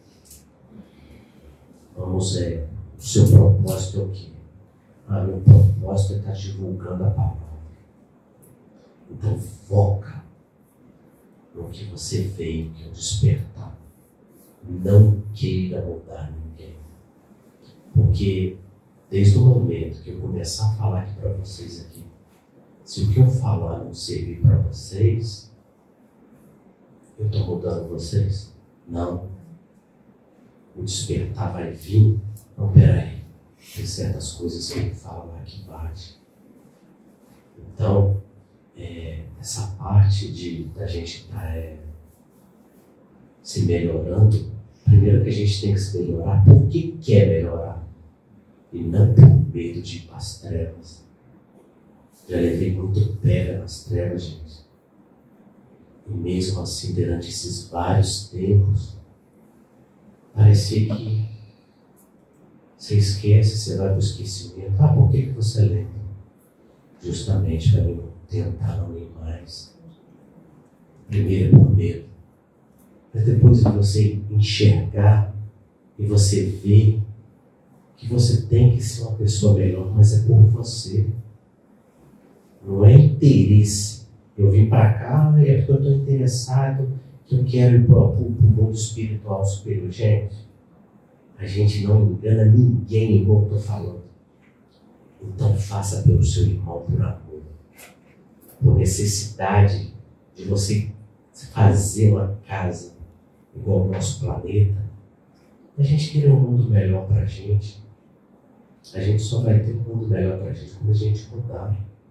Vamos, é, o seu propósito é o quê? Ah, meu propósito é estar divulgando a palavra. Então foca no que você veio, que é o despertar. Não queira mudar ninguém. Porque desde o momento que eu começar a falar aqui para vocês aqui, se o que eu falar não servir para vocês, eu estou mudando vocês? Não. O despertar vai vir. Não, peraí. Tem certas coisas que ele fala lá que bate. Então, é, essa parte de da gente estar tá, é, se melhorando, primeiro que a gente tem que se melhorar porque quer melhorar. E não por medo de ir para as trevas. Já levei muito pega nas trevas, gente. E mesmo assim, durante esses vários tempos, parecia que você esquece, você vai para o esquecimento. Ah, por que, que você lembra? Justamente para eu tentar não ir mais. Primeiro por medo. Mas depois de você enxergar e você ver que você tem que ser uma pessoa melhor, mas é por você. Não é interesse. Eu vim para cá e é porque eu estou interessado, que eu quero ir para o mundo espiritual superior. Gente, a gente não engana ninguém, igual eu estou falando. Então faça pelo seu irmão por amor. Por necessidade de você fazer uma casa igual ao nosso planeta. A gente querer um mundo melhor para a gente. A gente só vai ter um mundo melhor para a gente quando a gente mudar.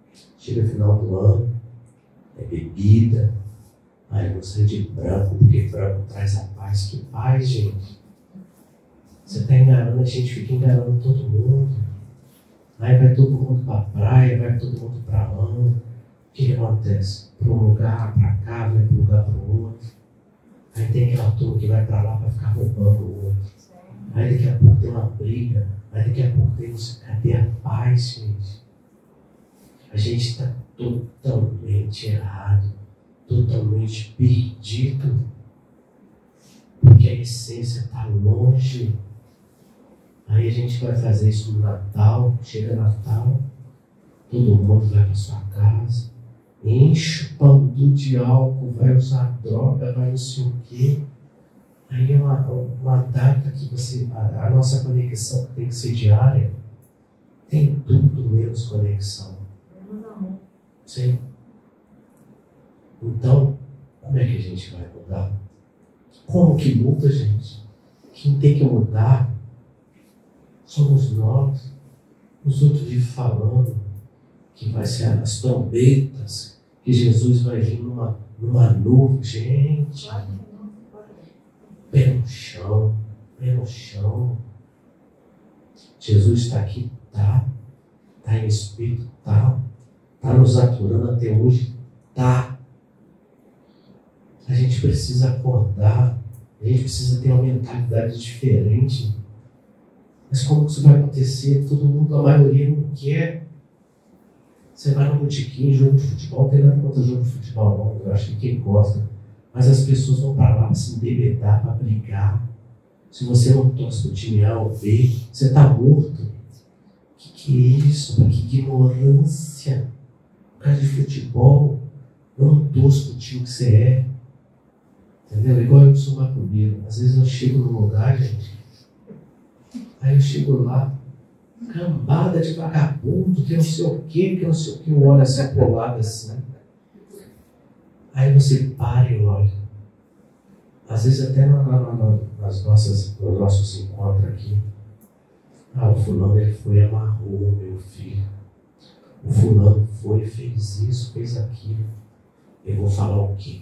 Chega no final do ano, é bebida. Ah, eu gostei de branco, porque branco traz a paz. Que paz, gente? Você está enganando, a gente fica enganando todo mundo. Aí vai todo mundo para a praia, vai todo mundo para onde? O que, que acontece? Para um lugar, para cá, vai para um lugar para o outro. Aí tem aquela turma que vai para lá para ficar roubando o outro. Aí daqui a pouco tem uma briga. Aí daqui a pouco tem você. Cadê a paz, gente? A gente está totalmente errado, totalmente perdido, porque a essência está longe. Aí a gente vai fazer isso no Natal, chega Natal, todo mundo vai para sua casa, enche o pandu de álcool, vai usar droga, vai não sei o quê. Aí é uma, uma data que você, a, a nossa conexão que tem que ser diária, tem tudo menos conexão. Sim. Então, como é que a gente vai mudar? Como que muda, gente? Quem tem que mudar somos nós. Os outros vivem falando que vai ser as trombetas, que Jesus vai vir numa, numa nuvem. Gente, pé no chão, pé no chão. Jesus está aqui, tá. Está em espírito, tá. Está nos aturando até hoje, tá. A gente precisa acordar, a gente precisa ter uma mentalidade diferente. Mas como que isso vai acontecer? Todo mundo, a maioria não quer. Você vai no botequim, jogo de futebol, não tem nada contra jogo de futebol, não. Eu acho que quem gosta. Mas as pessoas vão para lá para se embebedar, para brigar. Se você não torce para o time A ou B, você está morto. O que, que é isso? Que ignorância. Por causa de futebol, não torço para o time que você é. Entendeu? Igual eu que sou macumbeiro. Às vezes eu chego num lugar, gente. Aí eu chego lá, cambada de vagabundo, que não sei o quê, que não sei o quê, eu olho assim pro lado assim. Aí você para e olha. Às vezes até na, na, na, nas nossas, nos nossos encontros aqui. Ah, o fulano ele foi e amarrou meu filho. O fulano foi, fez isso, fez aquilo. Eu vou falar o quê?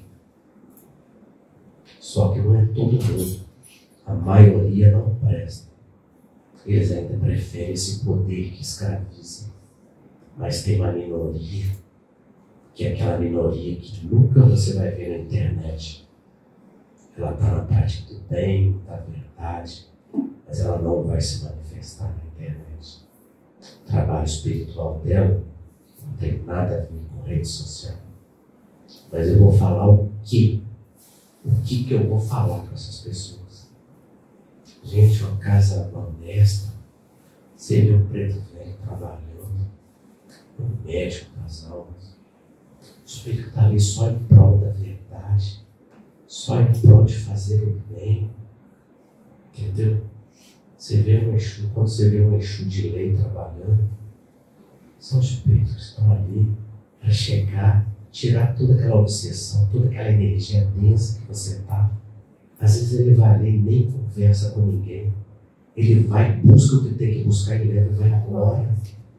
Só que não é todo mundo. A maioria não presta. Eles ainda preferem esse poder que escraviza. Mas tem uma minoria, que é aquela minoria que nunca você vai ver na internet. Ela está na prática do bem, da verdade, mas ela não vai se manifestar na internet. O trabalho espiritual dela não tem nada a ver com rede social. Mas eu vou falar o quê? O que que eu vou falar com essas pessoas? Gente, uma casa honesta, você vê um preto velho trabalhando, um médico das almas, o espírito está ali só em prol da verdade, só em prol de fazer o bem, entendeu? Você vê um Exu, quando você vê um Exu de lei trabalhando, são espíritos que estão ali para chegar, tirar toda aquela obsessão, toda aquela energia densa que você está. Às vezes ele vai ali e nem conversa com ninguém. Ele vai, busca o que tem que buscar e leva e vai embora.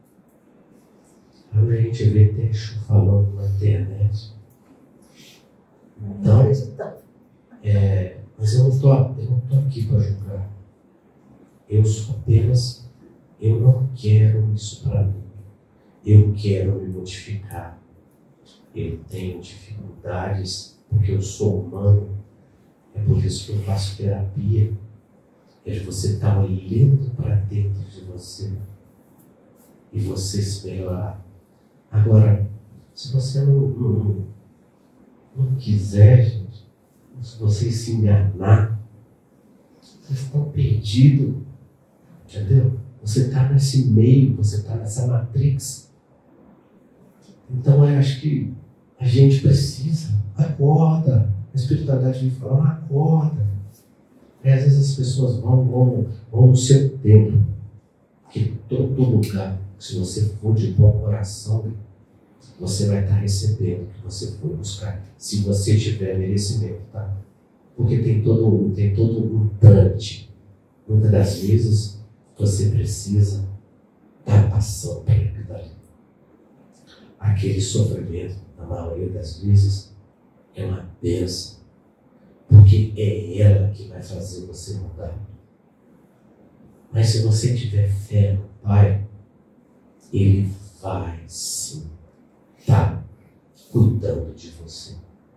Aí a gente vê até Exu falando na internet. Então, é, mas eu não estou eu não tô aqui para julgar. Eu sou apenas, eu não quero isso para mim. Eu quero me modificar. Eu tenho dificuldades porque eu sou humano. É por isso que eu faço terapia. É de você estar olhando para dentro de você e você se melhorar. Agora, se você não, não, não quiser, gente, se você se enganar, vocês estão perdidos. Entendeu? Você está nesse meio, você está nessa matrix. Então eu acho que a gente precisa, acorda. A espiritualidade vive falando, acorda. Aí às vezes as pessoas vão, vão, vão no seu templo, que todo lugar, se você for de bom coração, você vai estar recebendo o que você foi buscar, se você tiver merecimento, tá? Porque tem todo, tem todo um trâmite. Muitas das vezes você precisa estar passando por aquilo dali. aquele sofrimento, na maioria das vezes, é uma bênção, porque é ela que vai fazer você mudar. Mas se você tiver fé no Pai, Ele vai sim estar cuidando de você.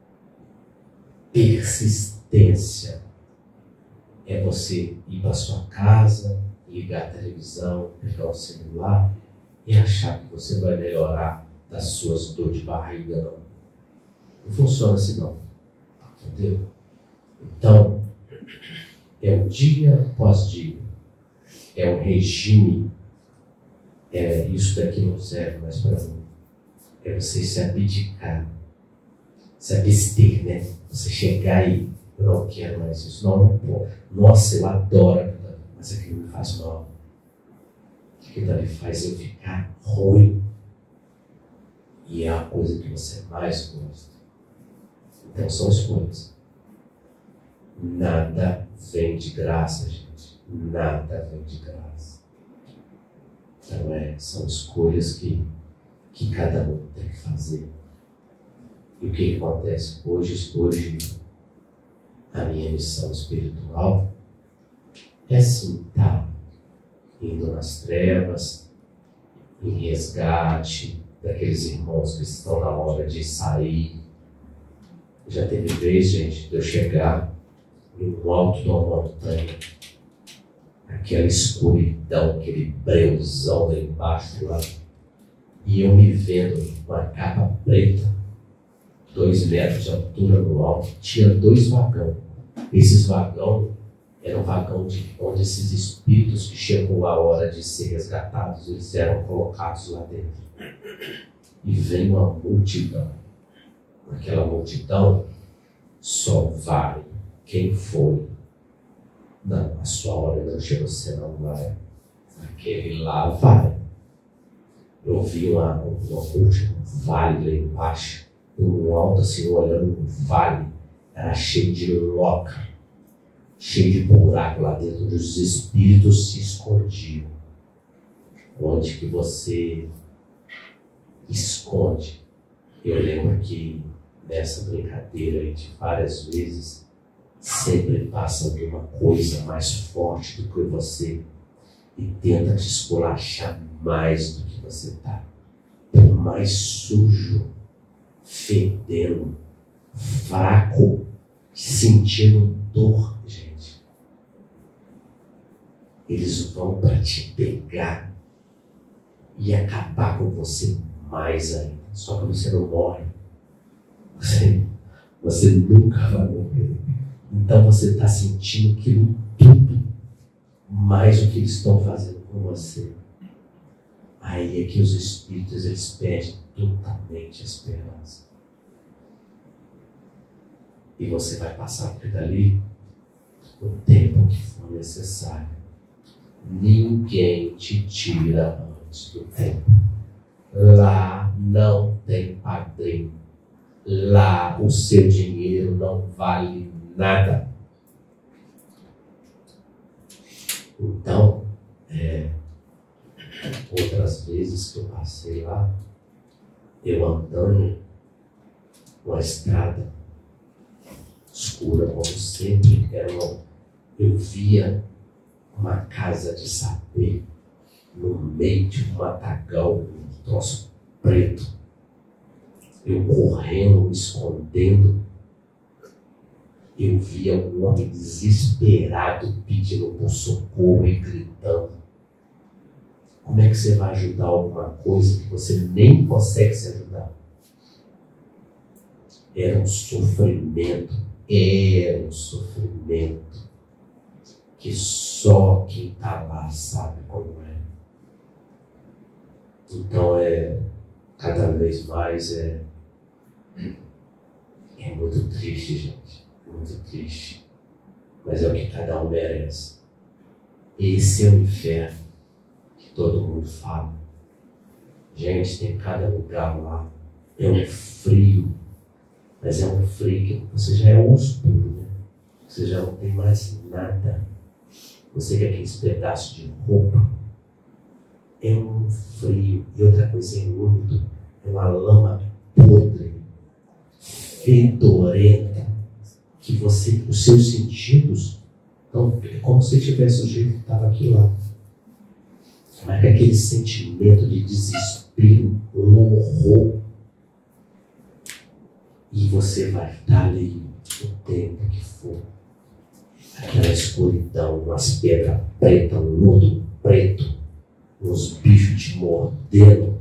Persistência é você ir para sua casa, ligar a televisão, pegar o celular e achar que você vai melhorar das suas dores de barriga, não. Não funciona assim, não. Entendeu? Então, é um dia após dia. É um regime. É, isso daqui não serve mais para mim. É você se abdicar. Se abster, né? Você chegar e eu não quero mais isso. Não, não pô. Nossa, eu adoro aquilo ali, mas aquilo me faz mal. Aquilo ali faz eu ficar ruim. E é a coisa que você mais gosta. Então são escolhas. Nada vem de graça, gente. Nada vem de graça. Então é, são escolhas que, que cada um tem que fazer. E o que acontece? Hoje, hoje a minha missão espiritual é sim estar indo nas trevas, em resgate daqueles irmãos que estão na hora de sair. Já teve vez, gente, de eu chegar no alto de uma montanha, aquela escuridão, aquele breuzão lá embaixo lá, e eu me vendo com a capa preta, dois metros de altura no alto, tinha dois vagões. Esses vagões eram vagão de onde esses espíritos que chegou a hora de ser resgatados, eles eram colocados lá dentro. E vem uma multidão. Aquela multidão só vai quem foi. Não, a sua hora não chegou, você não vai. Aquele lá vai. Eu vi uma, uma multidão, um vale lá embaixo, um alto assim, olhando um vale, era cheio de loca, cheio de buraco lá dentro, onde os espíritos se escondiam. Onde que você esconde. Eu lembro que nessa brincadeira aí de várias vezes, sempre passa alguma coisa mais forte do que você e tenta te esculachar mais do que você está. Por mais sujo, fedendo, fraco, sentindo dor, gente. Eles vão para te pegar e acabar com você mais ainda. Só que você não morre. Você, você nunca vai morrer. Então você está sentindo aquilo tudo, mais o que eles estão fazendo com você. Aí é que os espíritos, eles perdem totalmente a esperança. E você vai passar por dali o tempo que for necessário. Ninguém te tira antes do tempo. Lá não tem padrinho. Lá o seu dinheiro não vale nada. Então, é, outras vezes que eu passei lá, eu andando uma estrada escura, como sempre, era uma, eu via uma casa de saber no meio de um matagal, um troço preto. Eu correndo, me escondendo. Eu via um homem desesperado pedindo por socorro e gritando. Como é que você vai ajudar alguma coisa que você nem consegue se ajudar? Era um sofrimento, era um sofrimento que só quem está lá sabe como é. Então é, cada vez mais é, é muito triste, gente. Muito triste, mas é o que cada um merece. Esse é o inferno que todo mundo fala. Gente, tem cada lugar lá, é um frio, mas é um frio que você já é osso puro, né? Você já não tem mais nada. Você quer aqueles pedaços de roupa, é um frio. E outra coisa, é úmido, é uma lama podre, fedorenta, que você, os seus sentidos, então, é como se tivesse o jeito que estava aqui lá. Mas aquele sentimento de desespero, um horror. E você vai estar ali o tempo que for. Aquela escuridão, umas pedras pretas, um lodo preto, uns bichos te mordendo.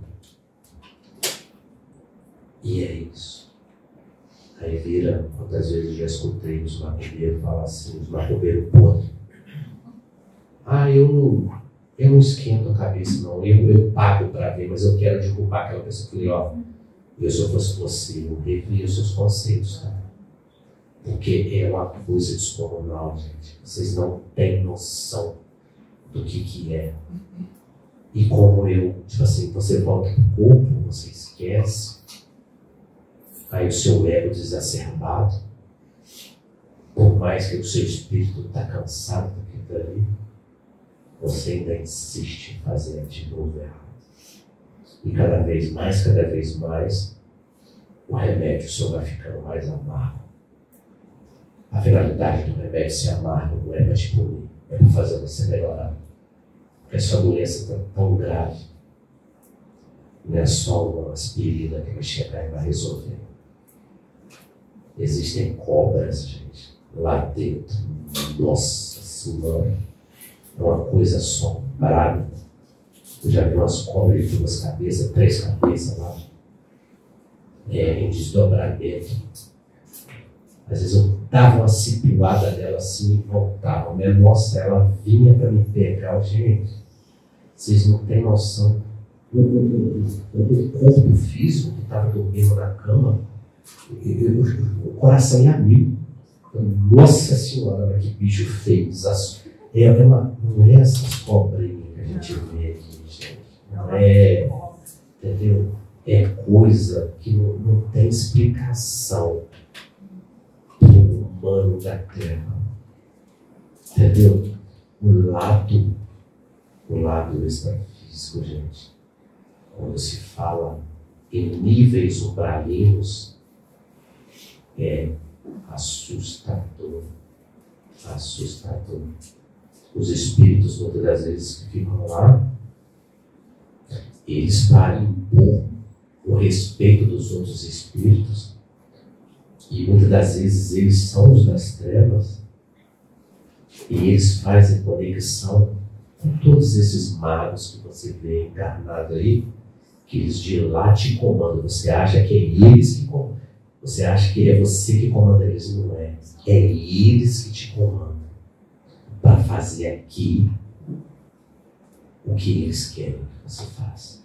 E é isso. Aí vira, quantas vezes eu já escutei os macumbeiros falar assim, os macumbeiros podres. Ah, eu não, eu não esquento a cabeça, não. Eu, eu pago para ver, mas eu quero derrubar aquela pessoa. Eu falei, ó, eu se eu fosse você, eu revia os seus conceitos, tá? Porque é uma coisa descomunal, gente. Vocês não têm noção do que que é. E como eu, tipo assim, você volta pro corpo, você esquece. Aí o seu ego desacerbado, por mais que o seu espírito está cansado daquilo ali, você ainda insiste em fazer de novo errado. E cada vez mais, cada vez mais, o remédio seu vai ficando mais amargo. A finalidade do remédio ser amargo não é para te punir, é para fazer você melhorar. Porque a sua doença está tão grave. Não é só uma aspirina que vai chegar e vai resolver. Existem cobras, gente, lá dentro. Nossa Senhora, é uma coisa assombrada. Eu já vi umas cobras de duas cabeças, três cabeças lá, é, em desdobramento. Às vezes eu dava uma cipiuada dela assim e voltava. Mas, nossa, ela vinha para me pegar. Gente, vocês não têm noção. O, o, o, o corpo físico que estava dormindo na cama, eu, eu, o coração ia mil. Nossa Senhora, que bicho feio. É, é uma, não é essas cobrinhas que a gente vê aqui, gente. Não é, entendeu? É coisa que não, não tem explicação para o humano da Terra. Entendeu? O lado, o lado extrafísico, gente. Quando se fala em níveis umbralinos, é assustador. Assustador. Os espíritos, muitas das vezes, que ficam lá, eles, para impor o respeito dos outros espíritos, e muitas das vezes eles são os das trevas, e eles fazem conexão com todos esses magos que você vê encarnado aí, que eles de lá te comandam. Você acha que é eles que comandam. Você acha que é você que comanda eles, não é. É eles que te comandam para fazer aqui o que eles querem que você faça.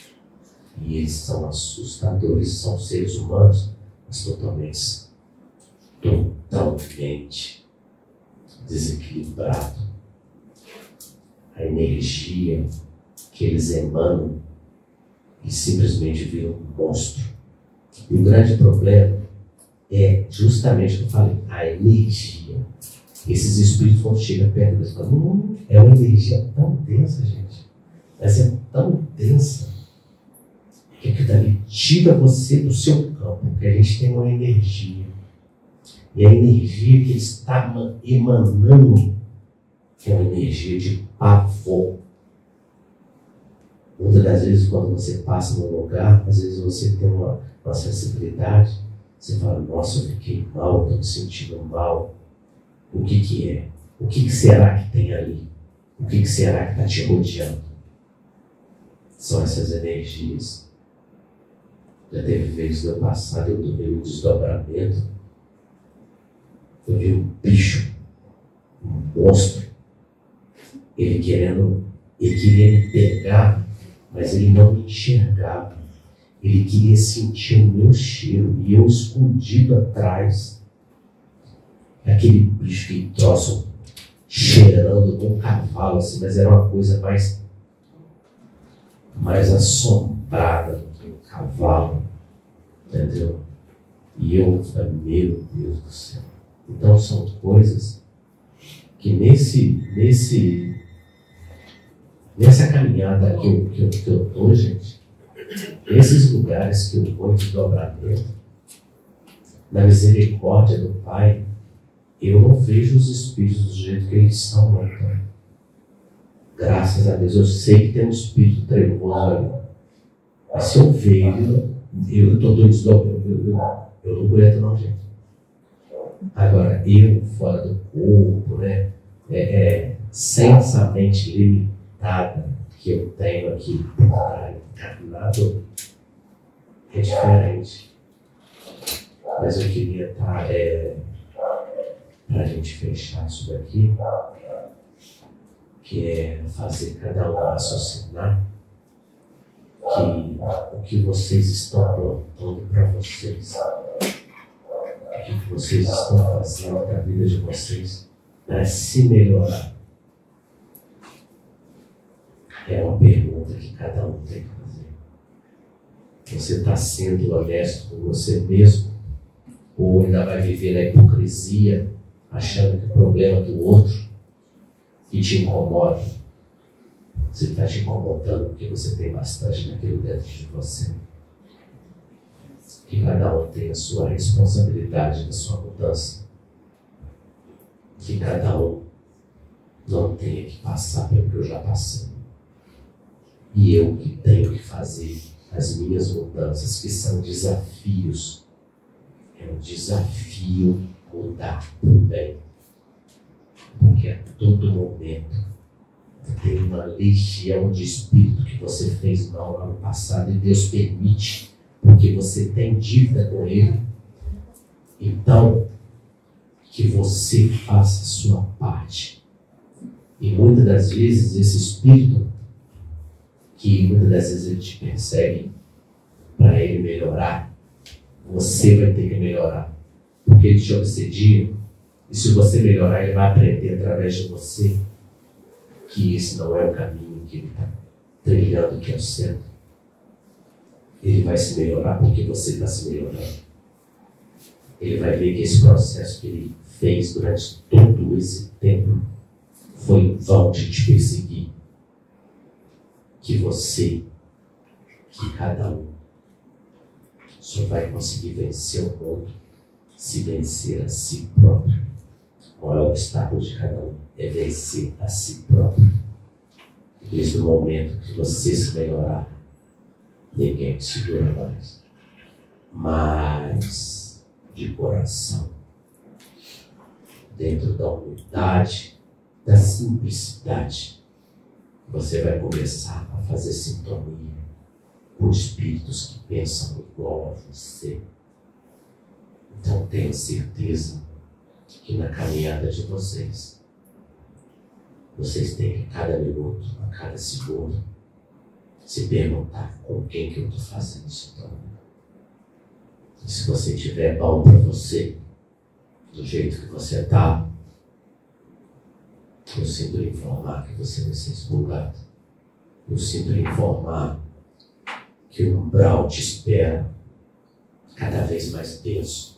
E eles são assustadores, são seres humanos, mas totalmente, totalmente desequilibrados. A energia que eles emanam e simplesmente viram um monstro. E o grande problema é justamente o que eu falei, a energia. Esses espíritos, quando chegam perto deles, falam, hum, é uma energia tão densa, gente. Mas é tão densa que aquilo dali tira você do seu campo, porque a gente tem uma energia. E a energia que ele está emanando é uma energia de pavor. Muitas das vezes, quando você passa num lugar, às vezes você tem uma, uma sensibilidade, você fala, nossa, eu fiquei mal, estou me sentindo mal. O que que é? O que, que será que tem ali? O que, que será que está te rodeando? São essas energias. Já teve vezes no passado, eu tomei um desdobramento, eu vi um bicho, um monstro, ele querendo, ele queria me pegar, mas ele não me enxergava. Ele queria sentir o meu cheiro e eu escondido atrás daquele bicho que troço cheirando de um cavalo, assim, mas era uma coisa mais, mais assombrada do que um cavalo, entendeu? E eu falei, meu Deus do céu. Então são coisas que nesse, nesse, nessa caminhada que eu, que eu, que eu tô, gente, Esses lugares que eu vou em desdobramento, na misericórdia do Pai, eu não vejo os espíritos do jeito que eles são, não. Então, graças a Deus, eu sei que tem um espírito trevoso ali. Mas se eu vejo, eu estou doido desdobramento, eu, eu, eu não aguento não, gente. Agora, eu, fora do corpo, né, é, é, sem essa mente limitada que eu tenho aqui por trás, encarnado, é diferente. Mas eu queria estar, é, para a gente fechar isso daqui, que é fazer cada um raciocinar que o que vocês estão plantando para vocês, o que vocês estão fazendo para a vida de vocês, para se melhorar. É uma pergunta que cada um tem que fazer. Você está sendo honesto com você mesmo? Ou ainda vai viver na hipocrisia, achando que o problema do outro que te incomoda, você está te incomodando porque você tem bastante daquilo dentro de você? Que cada um tenha a sua responsabilidade da sua mudança. Que cada um não tenha que passar pelo que eu já passei. E eu que tenho que fazer as minhas mudanças, que são desafios. É um desafio mudar para o bem. Porque a todo momento tem uma legião de espírito que você fez mal lá no passado e Deus permite, porque você tem dívida com Ele. Então, que você faça a sua parte. E muitas das vezes esse espírito, que muitas das vezes ele te persegue para ele melhorar, você vai ter que melhorar. Porque ele te obsedia, e se você melhorar, ele vai aprender através de você que esse não é o caminho que ele está trilhando, que é o certo. Ele vai se melhorar porque você está se melhorando. Ele vai ver que esse processo que ele fez durante todo esse tempo foi em vão de te perseguir. Que você, que cada um, só vai conseguir vencer o mundo se vencer a si próprio. Qual é o obstáculo de cada um? É vencer a si próprio. Desde o momento que você se melhorar, ninguém te segura mais. Mas, de coração, dentro da humildade, da simplicidade, você vai começar a fazer sintonia com espíritos que pensam igual a você. Então tenha certeza que na caminhada de vocês, vocês têm que cada minuto, a cada segundo, se perguntar com quem que eu estou fazendo sintonia. E se você tiver bom para você, do jeito que você está, eu sinto lhe informar que você vai ser expulgado. Eu sinto lhe informar que o umbral te espera cada vez mais denso.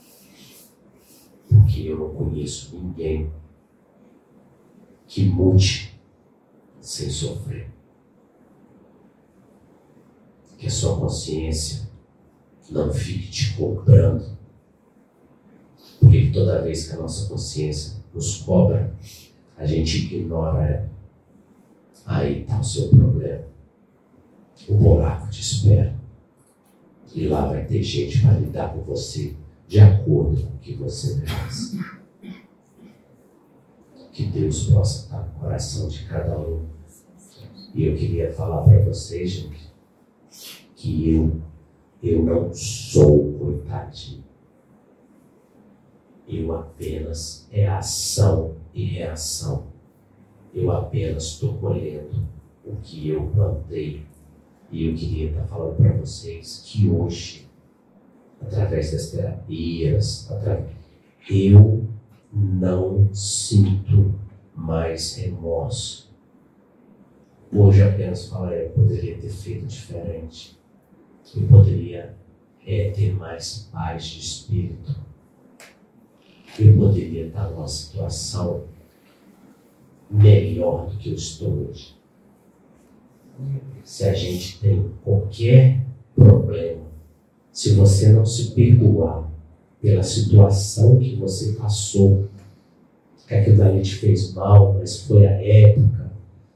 Porque eu não conheço ninguém que mude sem sofrer. Que a sua consciência não fique te cobrando. Porque toda vez que a nossa consciência nos cobra, a gente ignora ela. Aí está o seu problema. O buraco te espera. E lá vai ter gente para lidar com você de acordo com o que você merece. Que Deus possa estar no coração de cada um. E eu queria falar para vocês, gente, que eu, eu não sou coitadinho. Eu apenas é ação e reação. Eu apenas estou colhendo o que eu plantei. E eu queria estar falando para vocês que hoje, através das terapias, através, eu não sinto mais remorso. Hoje eu apenas falo, eu poderia ter feito diferente. Eu poderia é, ter mais paz de espírito. Eu poderia estar numa situação melhor do que eu estou hoje. Se a gente tem qualquer problema, se você não se perdoar pela situação que você passou, que aquilo dali te fez mal, mas foi a época,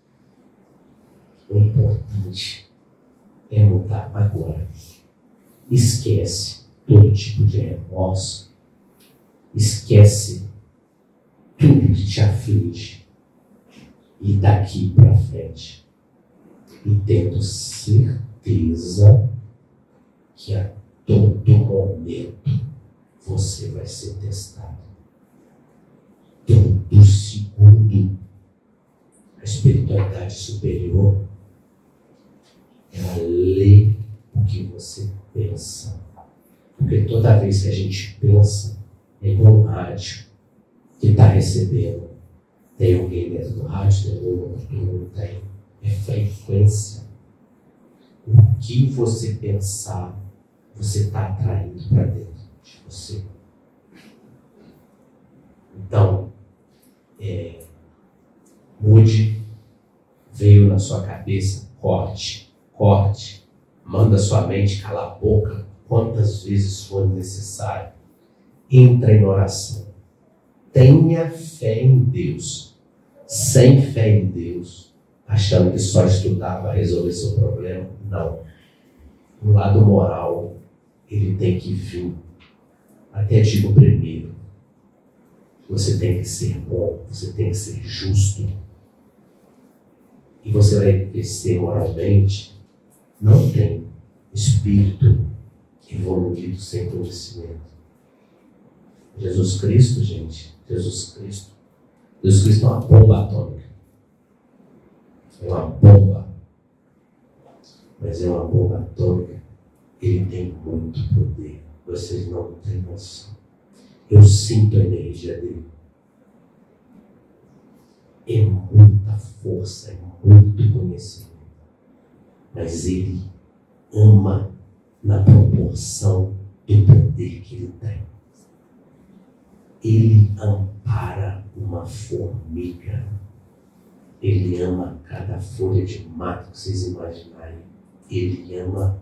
o importante é mudar agora. Esquece todo tipo de remorso, esquece tudo que te aflige e daqui para frente. E tendo certeza que a todo momento você vai ser testado. Todo segundo. A espiritualidade superior, ela lê o que você pensa. Porque toda vez que a gente pensa, é igual um rádio que está recebendo. Tem alguém dentro do rádio, tem outro, não tem. É frequência. O que você pensar, você está atraindo para dentro de você. Então, é, mude, veio na sua cabeça, corte, corte, manda sua mente calar a boca quantas vezes for necessário. Entra em oração. Tenha fé em Deus. Sem fé em Deus, achando que só estudar vai resolver seu problema, não. No lado moral, ele tem que vir. Até digo primeiro, você tem que ser bom, você tem que ser justo. E você vai crescer moralmente. Não tem espírito evoluído sem conhecimento. Jesus Cristo, gente, Jesus Cristo. Jesus Cristo é uma bomba atômica. É uma bomba. Mas é uma bomba atômica. Ele tem muito poder. Vocês não têm noção. Eu sinto a energia dele. É muita força, é muito conhecimento. Mas ele ama na proporção do poder que ele tem. Ele ampara uma formiga. Ele ama cada folha de mato que vocês imaginarem. Ele ama.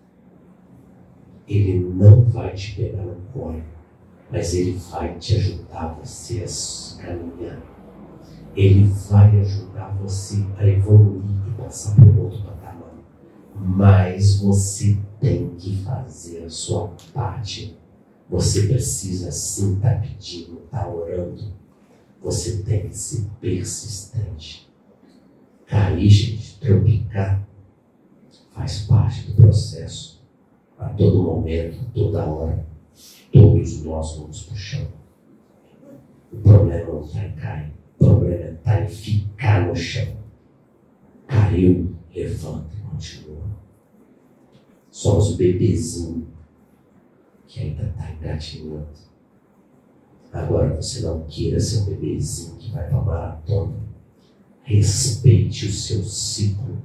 Ele não vai te pegar no colo, mas ele vai te ajudar você a caminhar. Ele vai ajudar você a evoluir e passar por outro patamar. Mas você tem que fazer a sua parte. Você precisa sim estar pedindo, estar orando. Você tem que ser persistente. Cair, gente, tropicar, faz parte do processo. A todo momento, toda hora, todos nós vamos pro chão. O problema não está em cair. O problema está em ficar no chão. Caiu, levanta e continua. Somos bebezinho que ainda está engatinhando. Agora você não queira ser um bebezinho que vai para a maratona. Respeite o seu ciclo.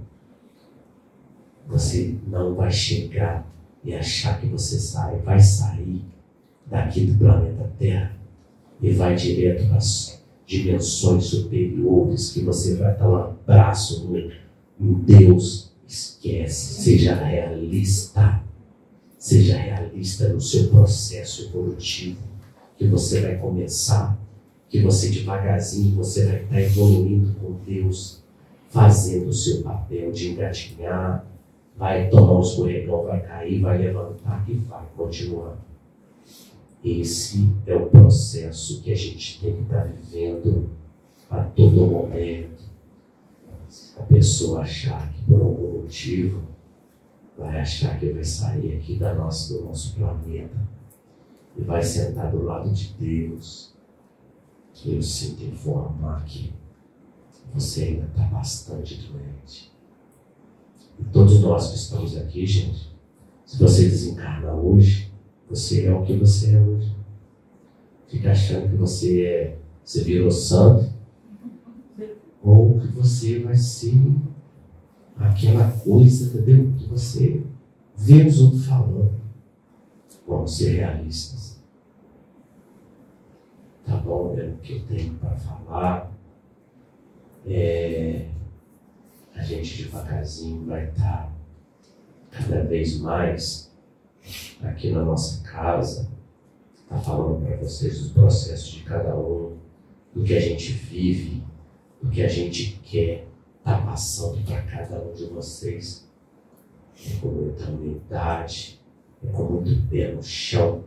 Você não vai chegar e achar que você sai, vai sair daqui do planeta Terra e vai direto para as dimensões superiores, que você vai dar um abraço no, em Deus. Esquece, seja realista. Seja realista no seu processo evolutivo, que você vai começar, que você devagarzinho, você vai estar evoluindo com Deus, fazendo o seu papel de engatinhar, vai tomar um escorregão, vai cair, vai levantar e vai continuar. Esse é o processo que a gente tem que estar vivendo a todo momento. A pessoa achar que por algum motivo vai achar que vai sair aqui da nossa, do nosso planeta e vai sentar do lado de Deus. Eu sinto informar que você ainda está bastante doente. E todos nós que estamos aqui, gente, se você desencarna hoje, você é o que você é hoje. Fica achando que você é, você virou santo, ou que você vai ser aquela coisa, entendeu? Que você vê os outros falando. Vamos ser realistas. Tá bom, é o que eu tenho para falar. É, a gente devagarzinho vai estar cada vez mais, aqui na nossa casa, está falando para vocês dos processos de cada um, do que a gente vive, do que a gente quer, está passando para cada um de vocês. É com muita humildade, é com muito pé no chão,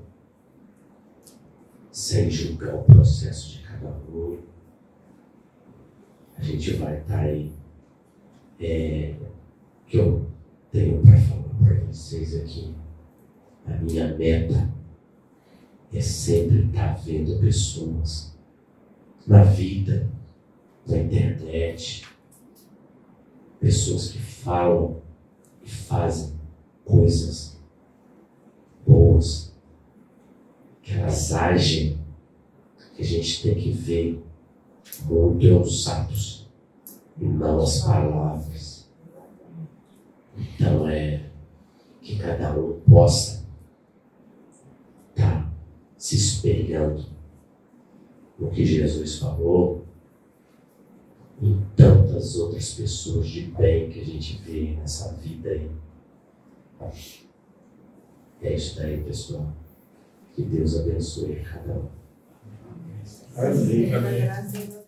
sem julgar o processo de cada um. A gente vai estar aí. É, o que eu tenho para falar para vocês aqui, a minha meta é sempre estar vendo pessoas na vida, na internet, pessoas que falam e fazem coisas boas, que elas agem, que a gente tem que ver muito os atos e não as palavras. Então é que cada um possa estar se espelhando no que Jesus falou, em tantas outras pessoas de bem que a gente vê nessa vida aí. É isso daí, pessoal. Que Deus abençoe cada um. Amém. Amém.